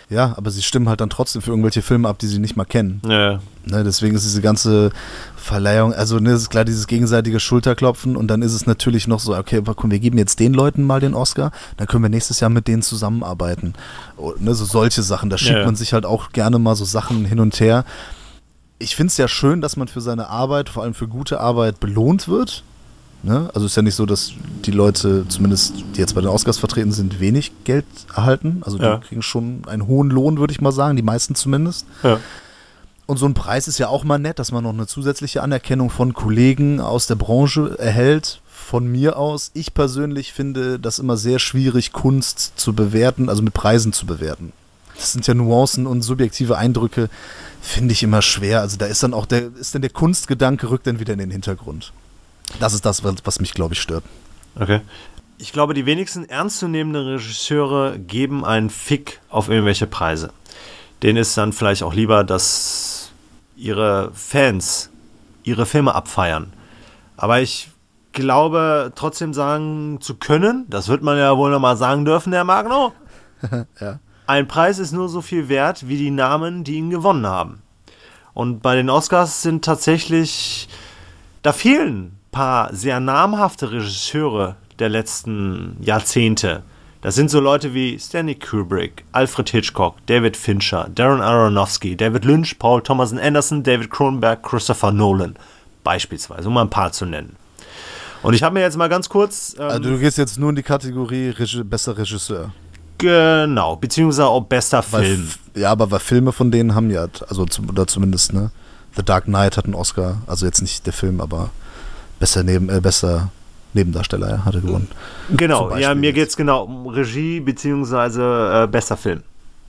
Ja, aber sie stimmen halt dann trotzdem für irgendwelche Filme ab, die sie nicht mal kennen. Ja. Ne, deswegen ist diese ganze Verleihung, also ne, es ist klar, dieses gegenseitige Schulterklopfen und dann ist es natürlich noch so, okay, komm, wir geben jetzt den Leuten mal den Oscar, dann können wir nächstes Jahr mit denen zusammenarbeiten. Und, ne, so solche Sachen, da schiebt man sich halt auch gerne mal so Sachen hin und her. Ich finde es ja schön, dass man für seine Arbeit, vor allem für gute Arbeit, belohnt wird. Ne? Also ist ja nicht so, dass die Leute, zumindest die jetzt bei den Oscars vertreten sind, wenig Geld erhalten. Also die kriegen schon einen hohen Lohn, würde ich mal sagen, die meisten zumindest. Ja. Und so ein Preis ist ja auch mal nett, dass man noch eine zusätzliche Anerkennung von Kollegen aus der Branche erhält. Von mir aus, ich persönlich finde das immer sehr schwierig, Kunst zu bewerten, also mit Preisen zu bewerten. Das sind ja Nuancen und subjektive Eindrücke, finde ich immer schwer. Also da ist dann auch der Kunstgedanke rückt dann wieder in den Hintergrund. Das ist das, was mich, glaube ich, stört. Okay. Ich glaube, die wenigsten ernstzunehmenden Regisseure geben einen Fick auf irgendwelche Preise. Denen ist dann vielleicht auch lieber, dass ihre Fans ihre Filme abfeiern. Aber ich glaube, trotzdem sagen zu können, das wird man ja wohl nochmal sagen dürfen, Herr Magno, ja. Ein Preis ist nur so viel wert, wie die Namen, die ihn gewonnen haben. Und bei den Oscars sind tatsächlich, da fehlen ein paar sehr namhafte Regisseure der letzten Jahrzehnte. Das sind so Leute wie Stanley Kubrick, Alfred Hitchcock, David Fincher, Darren Aronofsky, David Lynch, Paul Thomas Anderson, David Cronenberg, Christopher Nolan beispielsweise, um mal ein paar zu nennen. Und ich habe mir jetzt mal ganz kurz... also du gehst jetzt nur in die Kategorie bester Regisseur. Genau, beziehungsweise auch bester Film. Ja, aber weil Filme von denen haben ja, also oder zumindest, ne? The Dark Knight hat einen Oscar, also jetzt nicht der Film, aber bester Nebendarsteller, ja, hat er gewonnen. Genau, ja, mir geht es genau um Regie, beziehungsweise bester Film.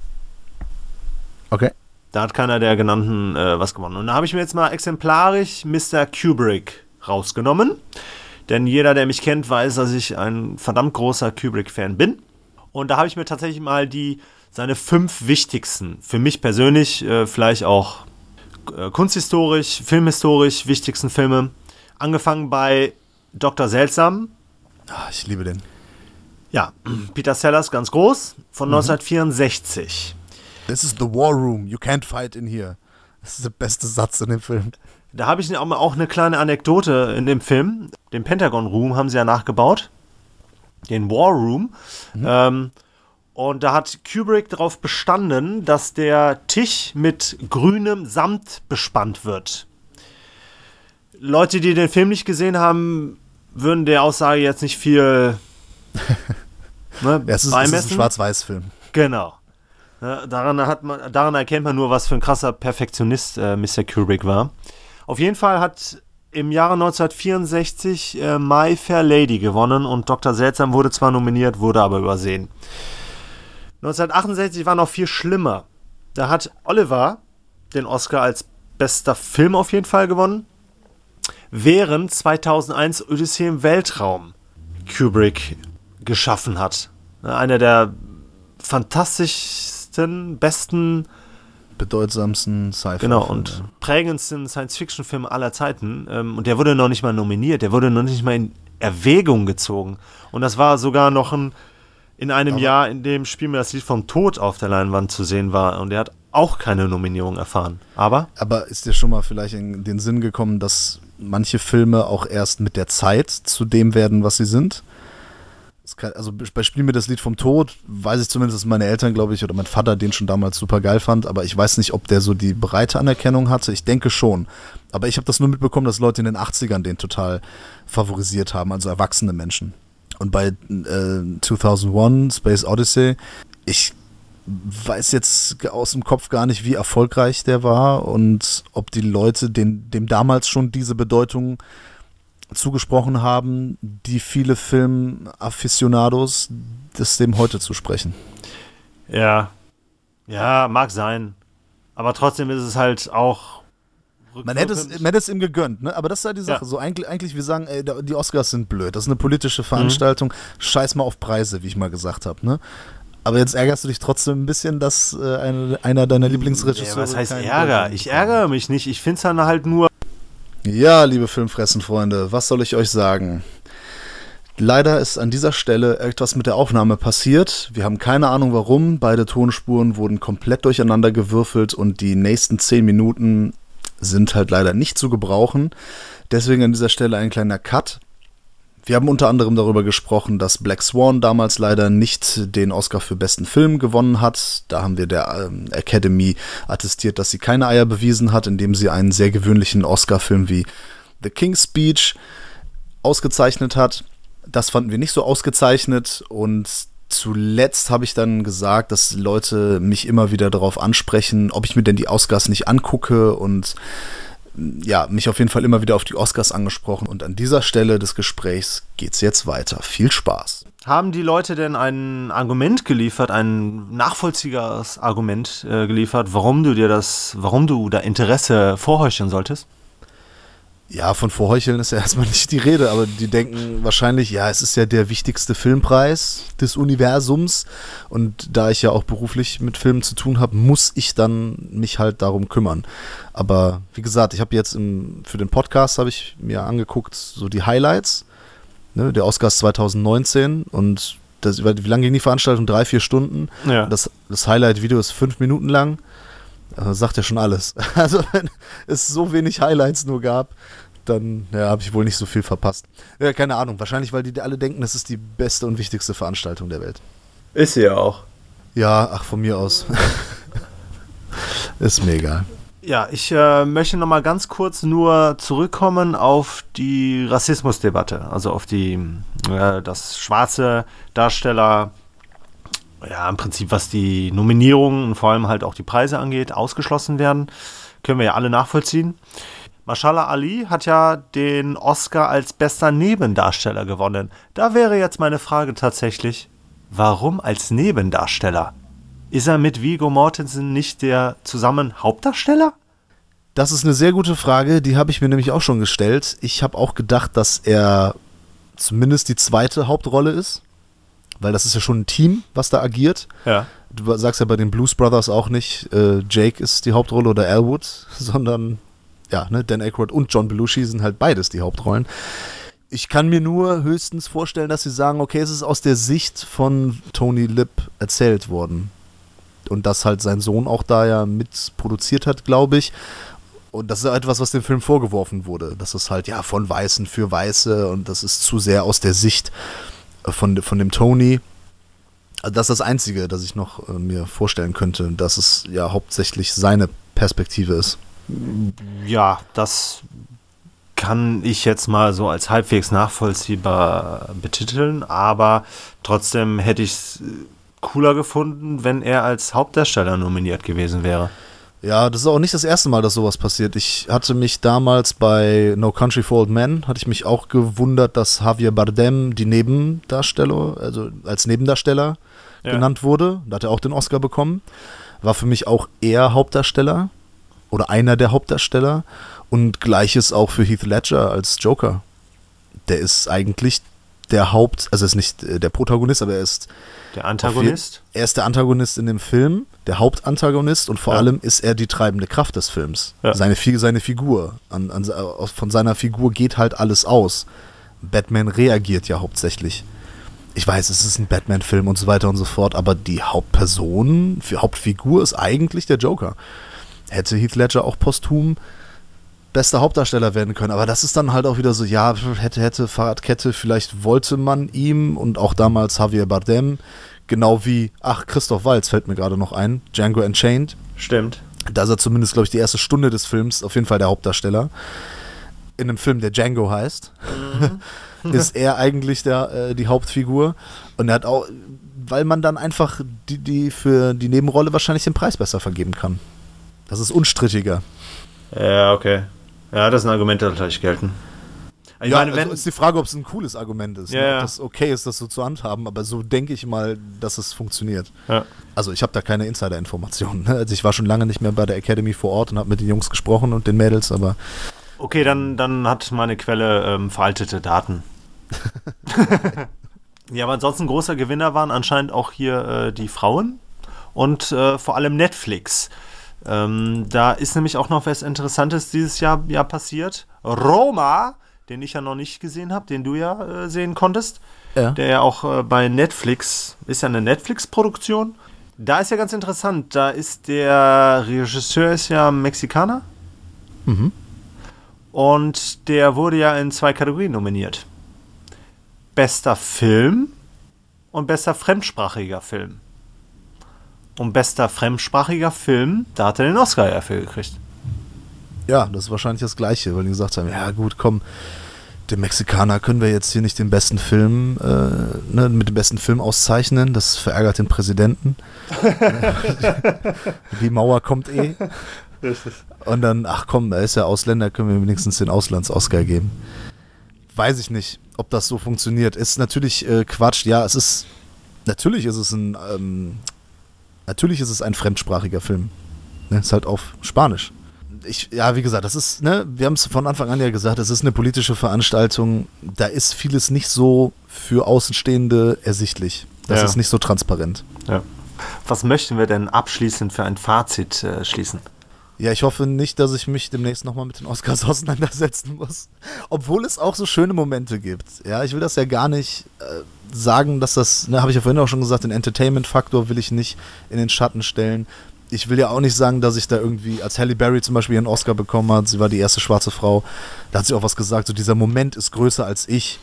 Okay. Da hat keiner der genannten was gewonnen. Und da habe ich mir jetzt mal exemplarisch Mr. Kubrick rausgenommen. Denn jeder, der mich kennt, weiß, dass ich ein verdammt großer Kubrick-Fan bin. Und da habe ich mir tatsächlich mal seine 5 wichtigsten, für mich persönlich, vielleicht auch kunsthistorisch, filmhistorisch wichtigsten Filme, angefangen bei Dr. Seltsam. Ich liebe den. Ja, Peter Sellers, ganz groß, von 1964. This is the war room, you can't fight in here. Das ist der beste Satz in dem Film. Da habe ich auch eine kleine Anekdote in dem Film. Den Pentagon Room haben sie ja nachgebaut. Den War Room. Und da hat Kubrick darauf bestanden, dass der Tisch mit grünem Samt bespannt wird. Leute, die den Film nicht gesehen haben, würden der Aussage jetzt nicht viel es ist ein Schwarz-Weiß-Film. Genau. Daran erkennt man nur, was für ein krasser Perfektionist Mr. Kubrick war. Auf jeden Fall hat im Jahre 1964 My Fair Lady gewonnen und Dr. Seltsam wurde zwar nominiert, wurde aber übersehen. 1968 war noch viel schlimmer. Da hat Oliver den Oscar als bester Film auf jeden Fall gewonnen, während 2001 Odyssee im Weltraum Kubrick geschaffen hat. Einer der fantastischsten, besten, bedeutsamsten Sci-Fi. Genau, und prägendsten Science-Fiction-Film aller Zeiten. Und der wurde noch nicht mal nominiert, der wurde noch nicht mal in Erwägung gezogen. Und das war sogar noch in einem Jahr, in dem Spiel mir das Lied vom Tod auf der Leinwand zu sehen war. Und der hat auch keine Nominierung erfahren. Aber ist dir schon mal vielleicht in den Sinn gekommen, dass manche Filme auch erst mit der Zeit zu dem werden, was sie sind? Also bei Spiel mir das Lied vom Tod weiß ich zumindest, dass meine Eltern, glaube ich, oder mein Vater den schon damals super geil fand, aber ich weiß nicht, ob der so die breite Anerkennung hatte. Ich denke schon. Aber ich habe das nur mitbekommen, dass Leute in den 80ern den total favorisiert haben, also erwachsene Menschen. Und bei 2001, Space Odyssey, ich weiß jetzt aus dem Kopf gar nicht, wie erfolgreich der war und ob die Leute dem damals schon diese Bedeutung zugesprochen haben, die viele Film-Afficionados das dem heute zusprechen. Ja, mag sein. Aber trotzdem ist es halt auch... Man hätte es ihm gegönnt, ne? Aber das ist halt die Sache. Ja. So eigentlich, wir sagen, ey, die Oscars sind blöd. Das ist eine politische Veranstaltung. Scheiß mal auf Preise, wie ich mal gesagt habe, ne? Aber jetzt ärgerst du dich trotzdem ein bisschen, dass einer deiner Lieblingsregisseure... was heißt Ärger? Ich ärgere mich nicht. Ich finde es dann halt nur... Ja, liebe Filmfressen-Freunde, was soll ich euch sagen? Leider ist an dieser Stelle etwas mit der Aufnahme passiert. Wir haben keine Ahnung warum. Beide Tonspuren wurden komplett durcheinander gewürfelt und die nächsten 10 Minuten sind halt leider nicht zu gebrauchen. Deswegen an dieser Stelle ein kleiner Cut. Wir haben unter anderem darüber gesprochen, dass Black Swan damals leider nicht den Oscar für besten Film gewonnen hat. Da haben wir der Academy attestiert, dass sie keine Eier bewiesen hat, indem sie einen sehr gewöhnlichen Oscar-Film wie The King's Speech ausgezeichnet hat. Das fanden wir nicht so ausgezeichnet und zuletzt habe ich dann gesagt, dass Leute mich immer wieder darauf ansprechen, ob ich mir denn die Oscars nicht angucke und ja, mich auf jeden Fall immer wieder auf die Oscars angesprochen und an dieser Stelle des Gesprächs geht's jetzt weiter. Viel Spaß. Haben die Leute denn ein Argument geliefert, ein nachvollziehbares Argument geliefert, warum du da Interesse vorheucheln solltest? Ja, von Vorheucheln ist ja erstmal nicht die Rede, aber die denken wahrscheinlich, ja, es ist ja der wichtigste Filmpreis des Universums und da ich ja auch beruflich mit Filmen zu tun habe, muss ich dann mich halt darum kümmern. Aber wie gesagt, ich habe jetzt für den Podcast habe ich mir angeguckt, so die Highlights, ne, der Oscars 2019 und wie lange ging die Veranstaltung? 3-4 Stunden. Ja. Das Highlight-Video ist 5 Minuten lang. Das sagt ja schon alles. Also wenn es so wenig Highlights nur gab, dann habe ich wohl nicht so viel verpasst. Ja, keine Ahnung. Wahrscheinlich, weil die alle denken, das ist die beste und wichtigste Veranstaltung der Welt. Ist sie ja auch. Ja, ach, von mir aus. Ist mir egal. Ja, ich möchte noch mal ganz kurz nur zurückkommen auf die Rassismusdebatte. Also auf dass schwarze Darsteller im Prinzip, was die Nominierungen und vor allem halt auch die Preise angeht, ausgeschlossen werden. Können wir ja alle nachvollziehen. Mahershala Ali hat ja den Oscar als bester Nebendarsteller gewonnen. Da wäre jetzt meine Frage tatsächlich, warum als Nebendarsteller? Ist er mit Viggo Mortensen nicht der zusammen Hauptdarsteller? Das ist eine sehr gute Frage, die habe ich mir nämlich auch schon gestellt. Ich habe auch gedacht, dass er zumindest die zweite Hauptrolle ist. Weil das ist ja schon ein Team, was da agiert. Ja. Du sagst ja bei den Blues Brothers auch nicht, Jake ist die Hauptrolle oder Elwood, sondern Dan Aykroyd und John Belushi sind halt beides die Hauptrollen. Ich kann mir nur höchstens vorstellen, dass sie sagen, okay, es ist aus der Sicht von Tony Lip erzählt worden. Und dass halt sein Sohn auch da ja mitproduziert hat, glaube ich. Und das ist etwas, was dem Film vorgeworfen wurde. Das ist halt, von Weißen für Weiße und das ist zu sehr aus der Sicht von dem Tony. Also das ist das Einzige, das ich noch mir vorstellen könnte, dass es ja hauptsächlich seine Perspektive ist. Ja, das kann ich jetzt mal so als halbwegs nachvollziehbar betiteln, aber trotzdem hätte ich es cooler gefunden, wenn er als Hauptdarsteller nominiert gewesen wäre. Ja, das ist auch nicht das erste Mal, dass sowas passiert. Ich hatte mich damals bei No Country for Old Men, hatte ich mich auch gewundert, dass Javier Bardem die Nebendarsteller, also als Nebendarsteller genannt wurde. Da hat er auch den Oscar bekommen. War für mich auch eher Hauptdarsteller oder einer der Hauptdarsteller. Und gleiches auch für Heath Ledger als Joker. Der ist eigentlich also ist nicht der Protagonist, aber er ist der Antagonist. Er ist der Antagonist in dem Film, der Hauptantagonist und vor allem ist er die treibende Kraft des Films. Ja. Seine Figur. Von seiner Figur geht halt alles aus. Batman reagiert ja hauptsächlich. Ich weiß, es ist ein Batman-Film und so weiter und so fort, aber die Hauptfigur ist eigentlich der Joker. Hätte Heath Ledger auch posthum bester Hauptdarsteller werden können, aber das ist dann halt auch wieder so, hätte, Fahrradkette, vielleicht wollte man ihm und auch damals Javier Bardem, genau wie, Christoph Waltz fällt mir gerade noch ein, Django Unchained. Stimmt. Da ist er zumindest, glaube ich, die erste Stunde des Films auf jeden Fall der Hauptdarsteller. In einem Film, der Django heißt, ist er eigentlich die Hauptfigur und er hat auch, weil man dann einfach die für die Nebenrolle wahrscheinlich den Preis besser vergeben kann. Das ist unstrittiger. Ja, okay. Ja, das ist ein Argument, das natürlich gelten. Ich meine, also ist die Frage, ob es ein cooles Argument ist. Ob das okay ist, das so zu handhaben, aber so denke ich mal, dass es funktioniert. Ja. Also ich habe da keine Insider-Informationen. Ne? Also ich war schon lange nicht mehr bei der Academy vor Ort und habe mit den Jungs gesprochen und den Mädels, aber... Okay, dann hat meine Quelle veraltete Daten. Ja, aber ansonsten großer Gewinner waren anscheinend auch hier die Frauen und vor allem Netflix. Da ist nämlich auch noch was Interessantes dieses Jahr passiert. Roma, den ich ja noch nicht gesehen habe, den du ja sehen konntest. Ja. Der ja auch bei Netflix, ist ja eine Netflix-Produktion. Da ist ja ganz interessant, da ist der Regisseur ist ja Mexikaner. Mhm. Und der wurde ja in 2 Kategorien nominiert. Bester Film und bester fremdsprachiger Film. Und bester fremdsprachiger Film, da hat er den Oscar dafür gekriegt. Ja, das ist wahrscheinlich das Gleiche, weil die gesagt haben, ja gut, komm, dem Mexikaner können wir jetzt hier nicht den besten Film, mit dem besten Film auszeichnen, das verärgert den Präsidenten. Die Mauer kommt eh. Richtig. Und dann, ach komm, er ist ja Ausländer, können wir wenigstens den Auslands-Oscar geben. Weiß ich nicht, ob das so funktioniert. Ist natürlich Quatsch, ja, natürlich ist es ein fremdsprachiger Film. Ne, ist halt auf Spanisch. Wie gesagt, das ist, wir haben es von Anfang an ja gesagt, es ist eine politische Veranstaltung, da ist vieles nicht so für Außenstehende ersichtlich. Das ist nicht so transparent. Ja. Was möchten wir denn abschließend für ein Fazit schließen? Ja, ich hoffe nicht, dass ich mich demnächst nochmal mit den Oscars auseinandersetzen muss. Obwohl es auch so schöne Momente gibt. Ja, ich will das ja gar nicht sagen, dass das, habe ich ja vorhin auch schon gesagt, den Entertainment-Faktor will ich nicht in den Schatten stellen. Ich will ja auch nicht sagen, dass ich da irgendwie, als Halle Berry zum Beispiel ihren Oscar bekommen hat, sie war die erste schwarze Frau, da hat sie auch was gesagt, so dieser Moment ist größer als ich.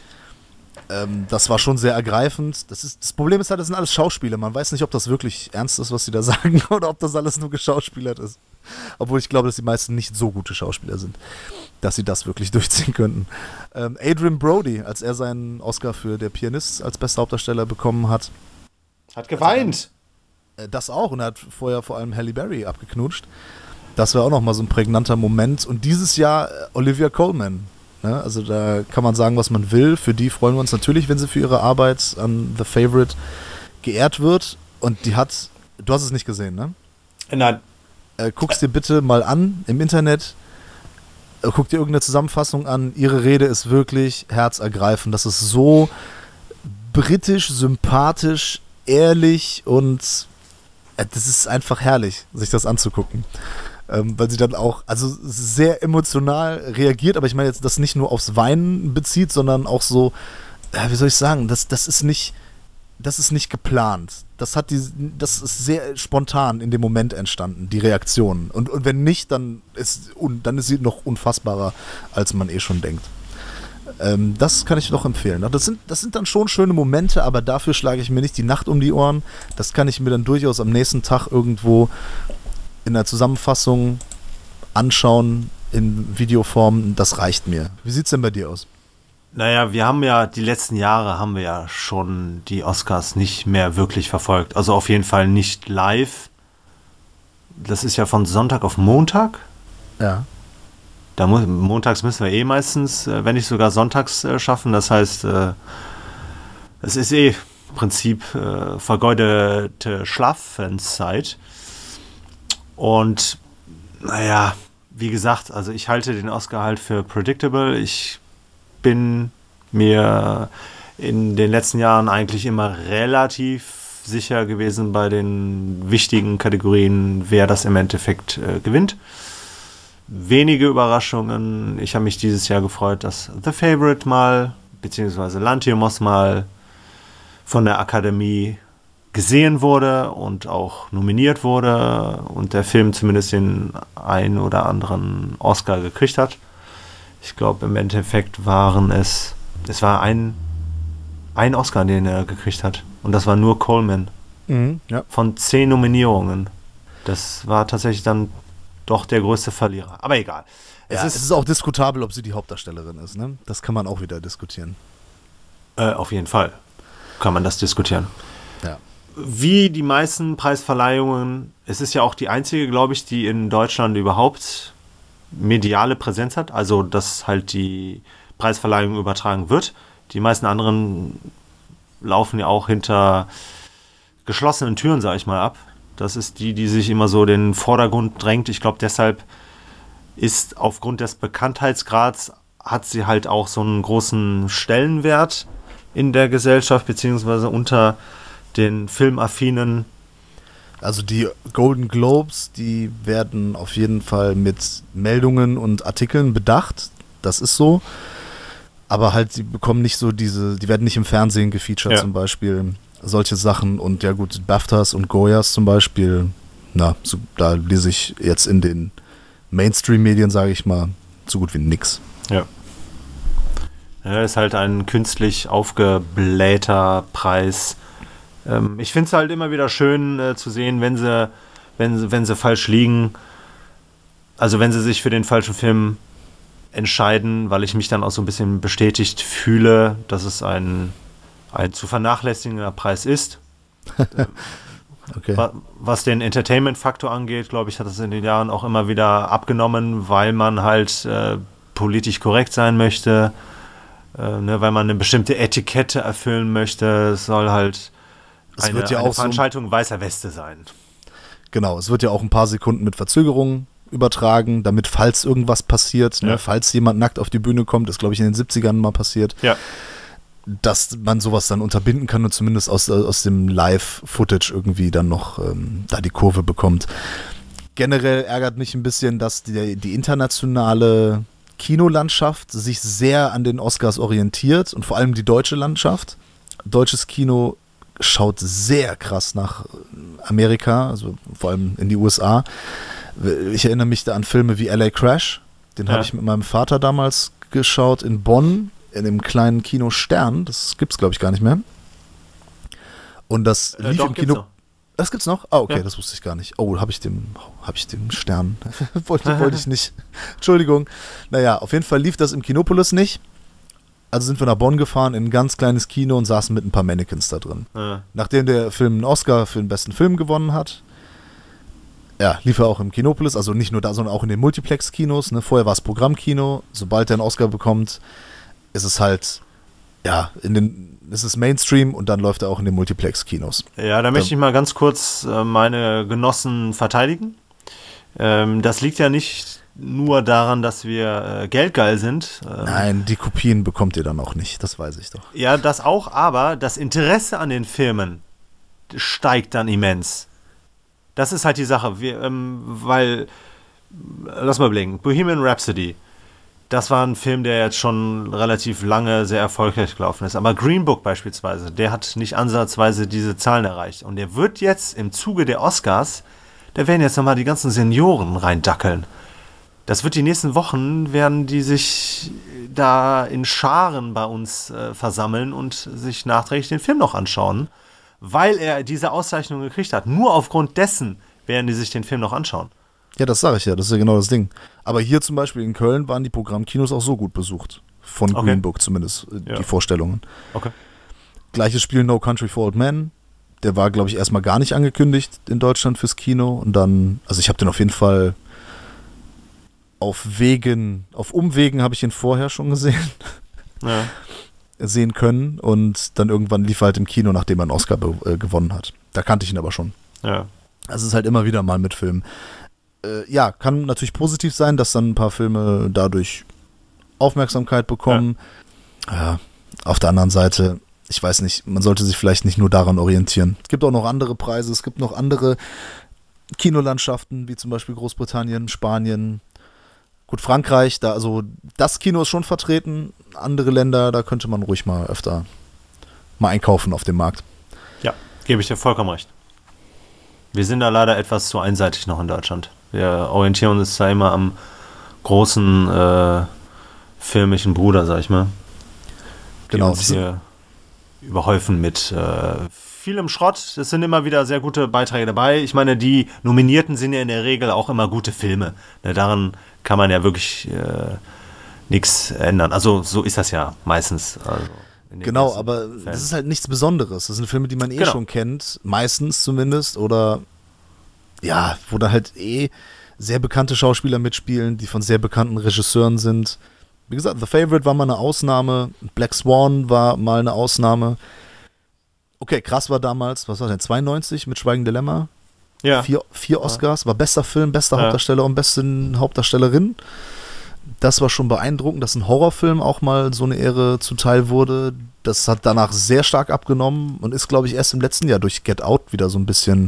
Das war schon sehr ergreifend. Das Problem ist halt, das sind alles Schauspieler. Man weiß nicht, ob das wirklich ernst ist, was sie da sagen, oder ob das alles nur geschauspielert ist. Obwohl ich glaube, dass die meisten nicht so gute Schauspieler sind, dass sie das wirklich durchziehen könnten. Adrien Brody, als er seinen Oscar für Der Pianist als bester Hauptdarsteller bekommen hat. Hat geweint. Das auch, und er hat vorher vor allem Halle Berry abgeknutscht. Das war auch nochmal so ein prägnanter Moment. Und dieses Jahr Olivia Colman. Ne? Also da kann man sagen, was man will. Für die freuen wir uns natürlich, wenn sie für ihre Arbeit an The Favourite geehrt wird. Und die hat, du hast es nicht gesehen, ne? Nein. Guck's dir bitte mal an im Internet. Guck dir irgendeine Zusammenfassung an. Ihre Rede ist wirklich herzergreifend. Das ist so britisch, sympathisch, ehrlich und das ist einfach herrlich, sich das anzugucken. Weil sie dann auch sehr emotional reagiert, aber ich meine jetzt das nicht nur aufs Weinen bezieht, sondern auch so, wie soll ich sagen, das ist nicht geplant. Das ist sehr spontan in dem Moment entstanden, die Reaktion. Und wenn nicht, dann ist sie noch unfassbarer, als man schon denkt. Das kann ich noch empfehlen. Das sind dann schon schöne Momente, aber dafür schlage ich mir nicht die Nacht um die Ohren. Das kann ich mir dann durchaus am nächsten Tag irgendwo in der Zusammenfassung anschauen, in Videoform. Das reicht mir. Wie sieht's denn bei dir aus? Naja, die letzten Jahre haben wir ja schon die Oscars nicht mehr wirklich verfolgt. Also auf jeden Fall nicht live. Das ist ja von Sonntag auf Montag. Ja. Montags müssen wir meistens, wenn nicht sogar sonntags schaffen. Das heißt, es ist im Prinzip vergeudete Schlafenszeit. Und naja, wie gesagt, also ich halte den Oscar halt für predictable. Ich bin mir in den letzten Jahren eigentlich immer relativ sicher gewesen bei den wichtigen Kategorien, wer das im Endeffekt gewinnt. Wenige Überraschungen. Ich habe mich dieses Jahr gefreut, dass The Favourite mal, beziehungsweise Lanthimos mal von der Akademie gesehen wurde und auch nominiert wurde und der Film zumindest den einen oder anderen Oscar gekriegt hat. Ich glaube, im Endeffekt war ein Oscar, den er gekriegt hat. Und das war nur Coleman. Mhm, ja. Von 10 Nominierungen. Das war tatsächlich dann doch der größte Verlierer. Aber egal. Es ist auch diskutabel, ob sie die Hauptdarstellerin ist. Ne? Das kann man auch wieder diskutieren. Auf jeden Fall kann man das diskutieren. Ja. Wie die meisten Preisverleihungen, es ist ja auch die einzige, glaube ich, die in Deutschland überhaupt mediale Präsenz hat. Also, dass halt die Preisverleihung übertragen wird. Die meisten anderen laufen ja auch hinter geschlossenen Türen, sage ich mal, ab. Das ist die sich immer so den Vordergrund drängt. Ich glaube, deshalb ist aufgrund des Bekanntheitsgrads hat sie halt auch so einen großen Stellenwert in der Gesellschaft, beziehungsweise unter den Filmaffinen. Also die Golden Globes, die werden auf jeden Fall mit Meldungen und Artikeln bedacht. Das ist so. aber halt, die bekommen nicht so die werden nicht im Fernsehen gefeatured zum Beispiel. Solche Sachen und ja gut, BAFTAs und Goyas zum Beispiel, da lese ich jetzt in den Mainstream-Medien, sage ich mal, so gut wie nix. Ja. Ja, ist halt ein künstlich aufgeblähter Preis. Ich finde es halt immer wieder schön zu sehen, wenn sie falsch liegen, also wenn sie sich für den falschen Film entscheiden, weil ich mich dann auch so ein bisschen bestätigt fühle, dass es ein zu vernachlässigender Preis ist. Okay. Was den Entertainment-Faktor angeht, glaube ich, hat es in den Jahren auch immer wieder abgenommen, weil man halt politisch korrekt sein möchte, weil man eine bestimmte Etikette erfüllen möchte. Es soll halt eine Veranstaltung weißer Weste sein. Genau, es wird ja auch ein paar Sekunden mit Verzögerung übertragen, damit, falls irgendwas passiert, falls jemand nackt auf die Bühne kommt, ist, glaube ich, in den 70ern mal passiert, dass man sowas dann unterbinden kann und zumindest aus dem Live-Footage irgendwie dann noch da die Kurve bekommt. Generell ärgert mich ein bisschen, dass die internationale Kinolandschaft sich sehr an den Oscars orientiert und vor allem die deutsche Landschaft. Deutsches Kino schaut sehr krass nach Amerika, also vor allem in die USA. Ich erinnere mich da an Filme wie LA Crash, den habe ich mit meinem Vater damals geschaut in Bonn, in dem kleinen Kino Stern, das gibt's glaube ich gar nicht mehr. Und das lief im Kino. Noch. Das gibt's noch? Ah, okay, das wusste ich gar nicht. Oh, habe ich dem Stern. wollte ich nicht. Entschuldigung. Naja, auf jeden Fall lief das im Kinopolis nicht. Also sind wir nach Bonn gefahren in ein ganz kleines Kino und saßen mit ein paar Mannequins da drin. Nachdem der Film einen Oscar für den besten Film gewonnen hat, lief er auch im Kinopolis, also nicht nur da, sondern auch in den Multiplex-Kinos. Ne? Vorher war es Programmkino. Sobald er einen Oscar bekommt, ist es halt, ist es Mainstream und dann läuft er auch in den Multiplex-Kinos. Ja, da möchte ich mal ganz kurz meine Genossen verteidigen. Das liegt ja nicht nur daran, dass wir geldgeil sind. Nein, die Kopien bekommt ihr dann auch nicht, das weiß ich doch. Ja, das auch, aber das Interesse an den Filmen steigt dann immens. Das ist halt die Sache, weil, lass mal überlegen, Bohemian Rhapsody, das war ein Film, der jetzt schon relativ lange sehr erfolgreich gelaufen ist. Aber Green Book beispielsweise, der hat nicht ansatzweise diese Zahlen erreicht. Und der wird jetzt im Zuge der Oscars, da werden jetzt nochmal die ganzen Senioren reindackeln. Das wird die nächsten Wochen, werden die sich da in Scharen bei uns versammeln und sich nachträglich den Film noch anschauen, weil er diese Auszeichnung gekriegt hat. Nur aufgrund dessen werden die sich den Film noch anschauen. Ja, das sage ich ja, das ist ja genau das Ding. Aber hier zum Beispiel in Köln waren die Programmkinos auch so gut besucht. Von Green Book zumindest, die Vorstellungen. Okay. Gleiches Spiel No Country for Old Men. Der war, glaube ich, erstmal gar nicht angekündigt in Deutschland fürs Kino. Und dann, also ich habe den auf jeden Fall auf Umwegen habe ich ihn vorher schon gesehen. Ja. Sehen können. Und dann irgendwann lief er halt im Kino, nachdem er einen Oscar gewonnen hat. Da kannte ich ihn aber schon. Ja. Also es ist halt immer wieder mal mit Filmen. Kann natürlich positiv sein, dass dann ein paar Filme dadurch Aufmerksamkeit bekommen. Ja, auf der anderen Seite, ich weiß nicht, man sollte sich vielleicht nicht nur daran orientieren. Es gibt auch noch andere Preise, es gibt noch andere Kinolandschaften, wie zum Beispiel Großbritannien, Spanien, gut, Frankreich, also das Kino ist schon vertreten, andere Länder, da könnte man ruhig mal öfter mal einkaufen auf dem Markt. Ja, gebe ich dir vollkommen recht. Wir sind da leider etwas zu einseitig noch in Deutschland. Wir orientieren uns da immer am großen filmischen Bruder, sag ich mal. Genau. Die uns hier überhäufen mit vielem Schrott. Es sind immer wieder sehr gute Beiträge dabei. Ich meine, die Nominierten sind ja in der Regel auch immer gute Filme. Daran kann man ja wirklich nichts ändern. Also so ist das ja meistens. Also genau, aber das ist halt nichts Besonderes. Das sind Filme, die man schon kennt, meistens zumindest, oder wo da halt sehr bekannte Schauspieler mitspielen, die von sehr bekannten Regisseuren sind. Wie gesagt, The Favourite war mal eine Ausnahme, Black Swan war mal eine Ausnahme. Okay, krass war damals, was war denn, 92 mit Schweigen der Lämmer? Ja. Vier Oscars, war bester Film, bester Hauptdarsteller und beste Hauptdarstellerin. Das war schon beeindruckend, dass ein Horrorfilm auch mal so eine Ehre zuteil wurde. Das hat danach sehr stark abgenommen und ist, glaube ich, erst im letzten Jahr durch Get Out wieder so ein bisschen,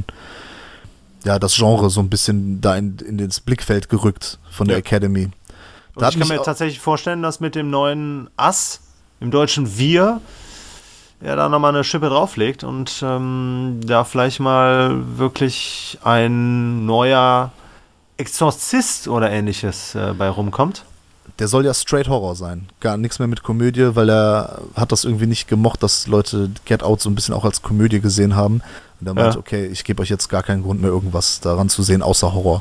das Genre so ein bisschen da in das Blickfeld gerückt von der Academy. Und ich kann mir tatsächlich vorstellen, dass mit dem neuen Us im Deutschen Wir da nochmal eine Schippe drauflegt und da vielleicht mal wirklich ein neuer Exorzist oder ähnliches bei rumkommt. Der soll ja straight Horror sein. Gar nichts mehr mit Komödie, weil er hat das irgendwie nicht gemocht, dass Leute Get Out so ein bisschen auch als Komödie gesehen haben. Und er meint, okay, ich gebe euch jetzt gar keinen Grund mehr, irgendwas daran zu sehen, außer Horror.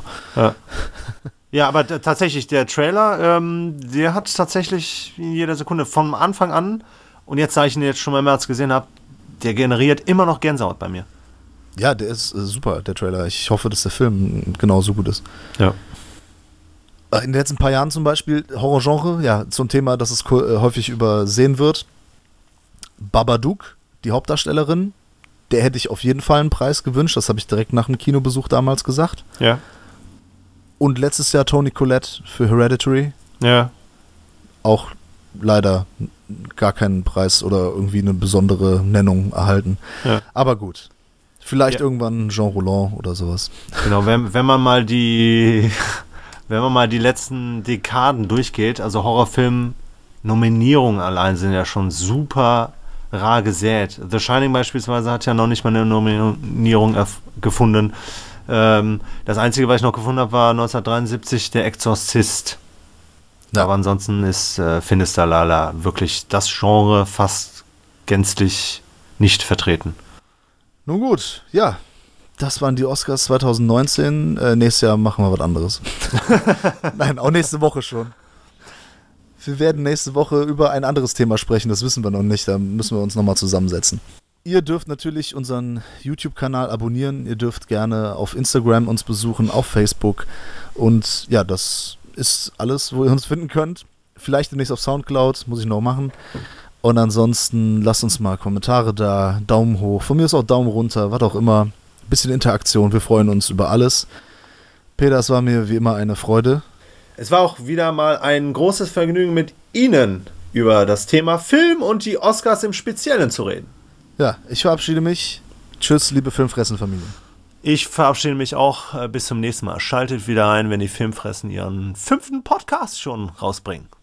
Ja, aber tatsächlich, der Trailer, der hat tatsächlich in jeder Sekunde von Anfang an, und jetzt, da ich ihn jetzt schon mehrmals gesehen habe, der generiert immer noch Gänsehaut bei mir. Ja, der ist super, der Trailer. Ich hoffe, dass der Film genauso gut ist. Ja. In den letzten paar Jahren zum Beispiel, Horrorgenre, ja, zum Thema, dass es häufig übersehen wird. Babadook, die Hauptdarstellerin, der hätte ich auf jeden Fall einen Preis gewünscht. Das habe ich direkt nach dem Kinobesuch damals gesagt. Ja. Und letztes Jahr Toni Collette für Hereditary. Ja. Auch leider gar keinen Preis oder irgendwie eine besondere Nennung erhalten. Ja. Aber gut. Vielleicht irgendwann Jean Roland oder sowas. Genau, wenn man mal die letzten Dekaden durchgeht, also Horrorfilm-Nominierungen allein sind ja schon super rar gesät. The Shining beispielsweise hat ja noch nicht mal eine Nominierung gefunden. Das Einzige, was ich noch gefunden habe, war 1973 Der Exorzist. Ja. Aber ansonsten ist Finistalala wirklich das Genre fast gänzlich nicht vertreten. Nun gut, ja. Das waren die Oscars 2019. Nächstes Jahr machen wir was anderes. Nein, auch nächste Woche schon. Wir werden nächste Woche über ein anderes Thema sprechen, das wissen wir noch nicht, da müssen wir uns nochmal zusammensetzen. Ihr dürft natürlich unseren YouTube-Kanal abonnieren, ihr dürft gerne auf Instagram uns besuchen, auf Facebook und ja, das ist alles, wo ihr uns finden könnt. Vielleicht demnächst auf Soundcloud, muss ich noch machen. Und ansonsten lasst uns mal Kommentare da, Daumen hoch, von mir ist auch Daumen runter, was auch immer. Bisschen Interaktion, wir freuen uns über alles. Peter, es war mir wie immer eine Freude. Es war auch wieder mal ein großes Vergnügen, mit Ihnen über das Thema Film und die Oscars im Speziellen zu reden. Ja, ich verabschiede mich. Tschüss, liebe Filmfressen-Familie. Ich verabschiede mich auch. Bis zum nächsten Mal. Schaltet wieder ein, wenn die Filmfressen ihren 5. Podcast schon rausbringen.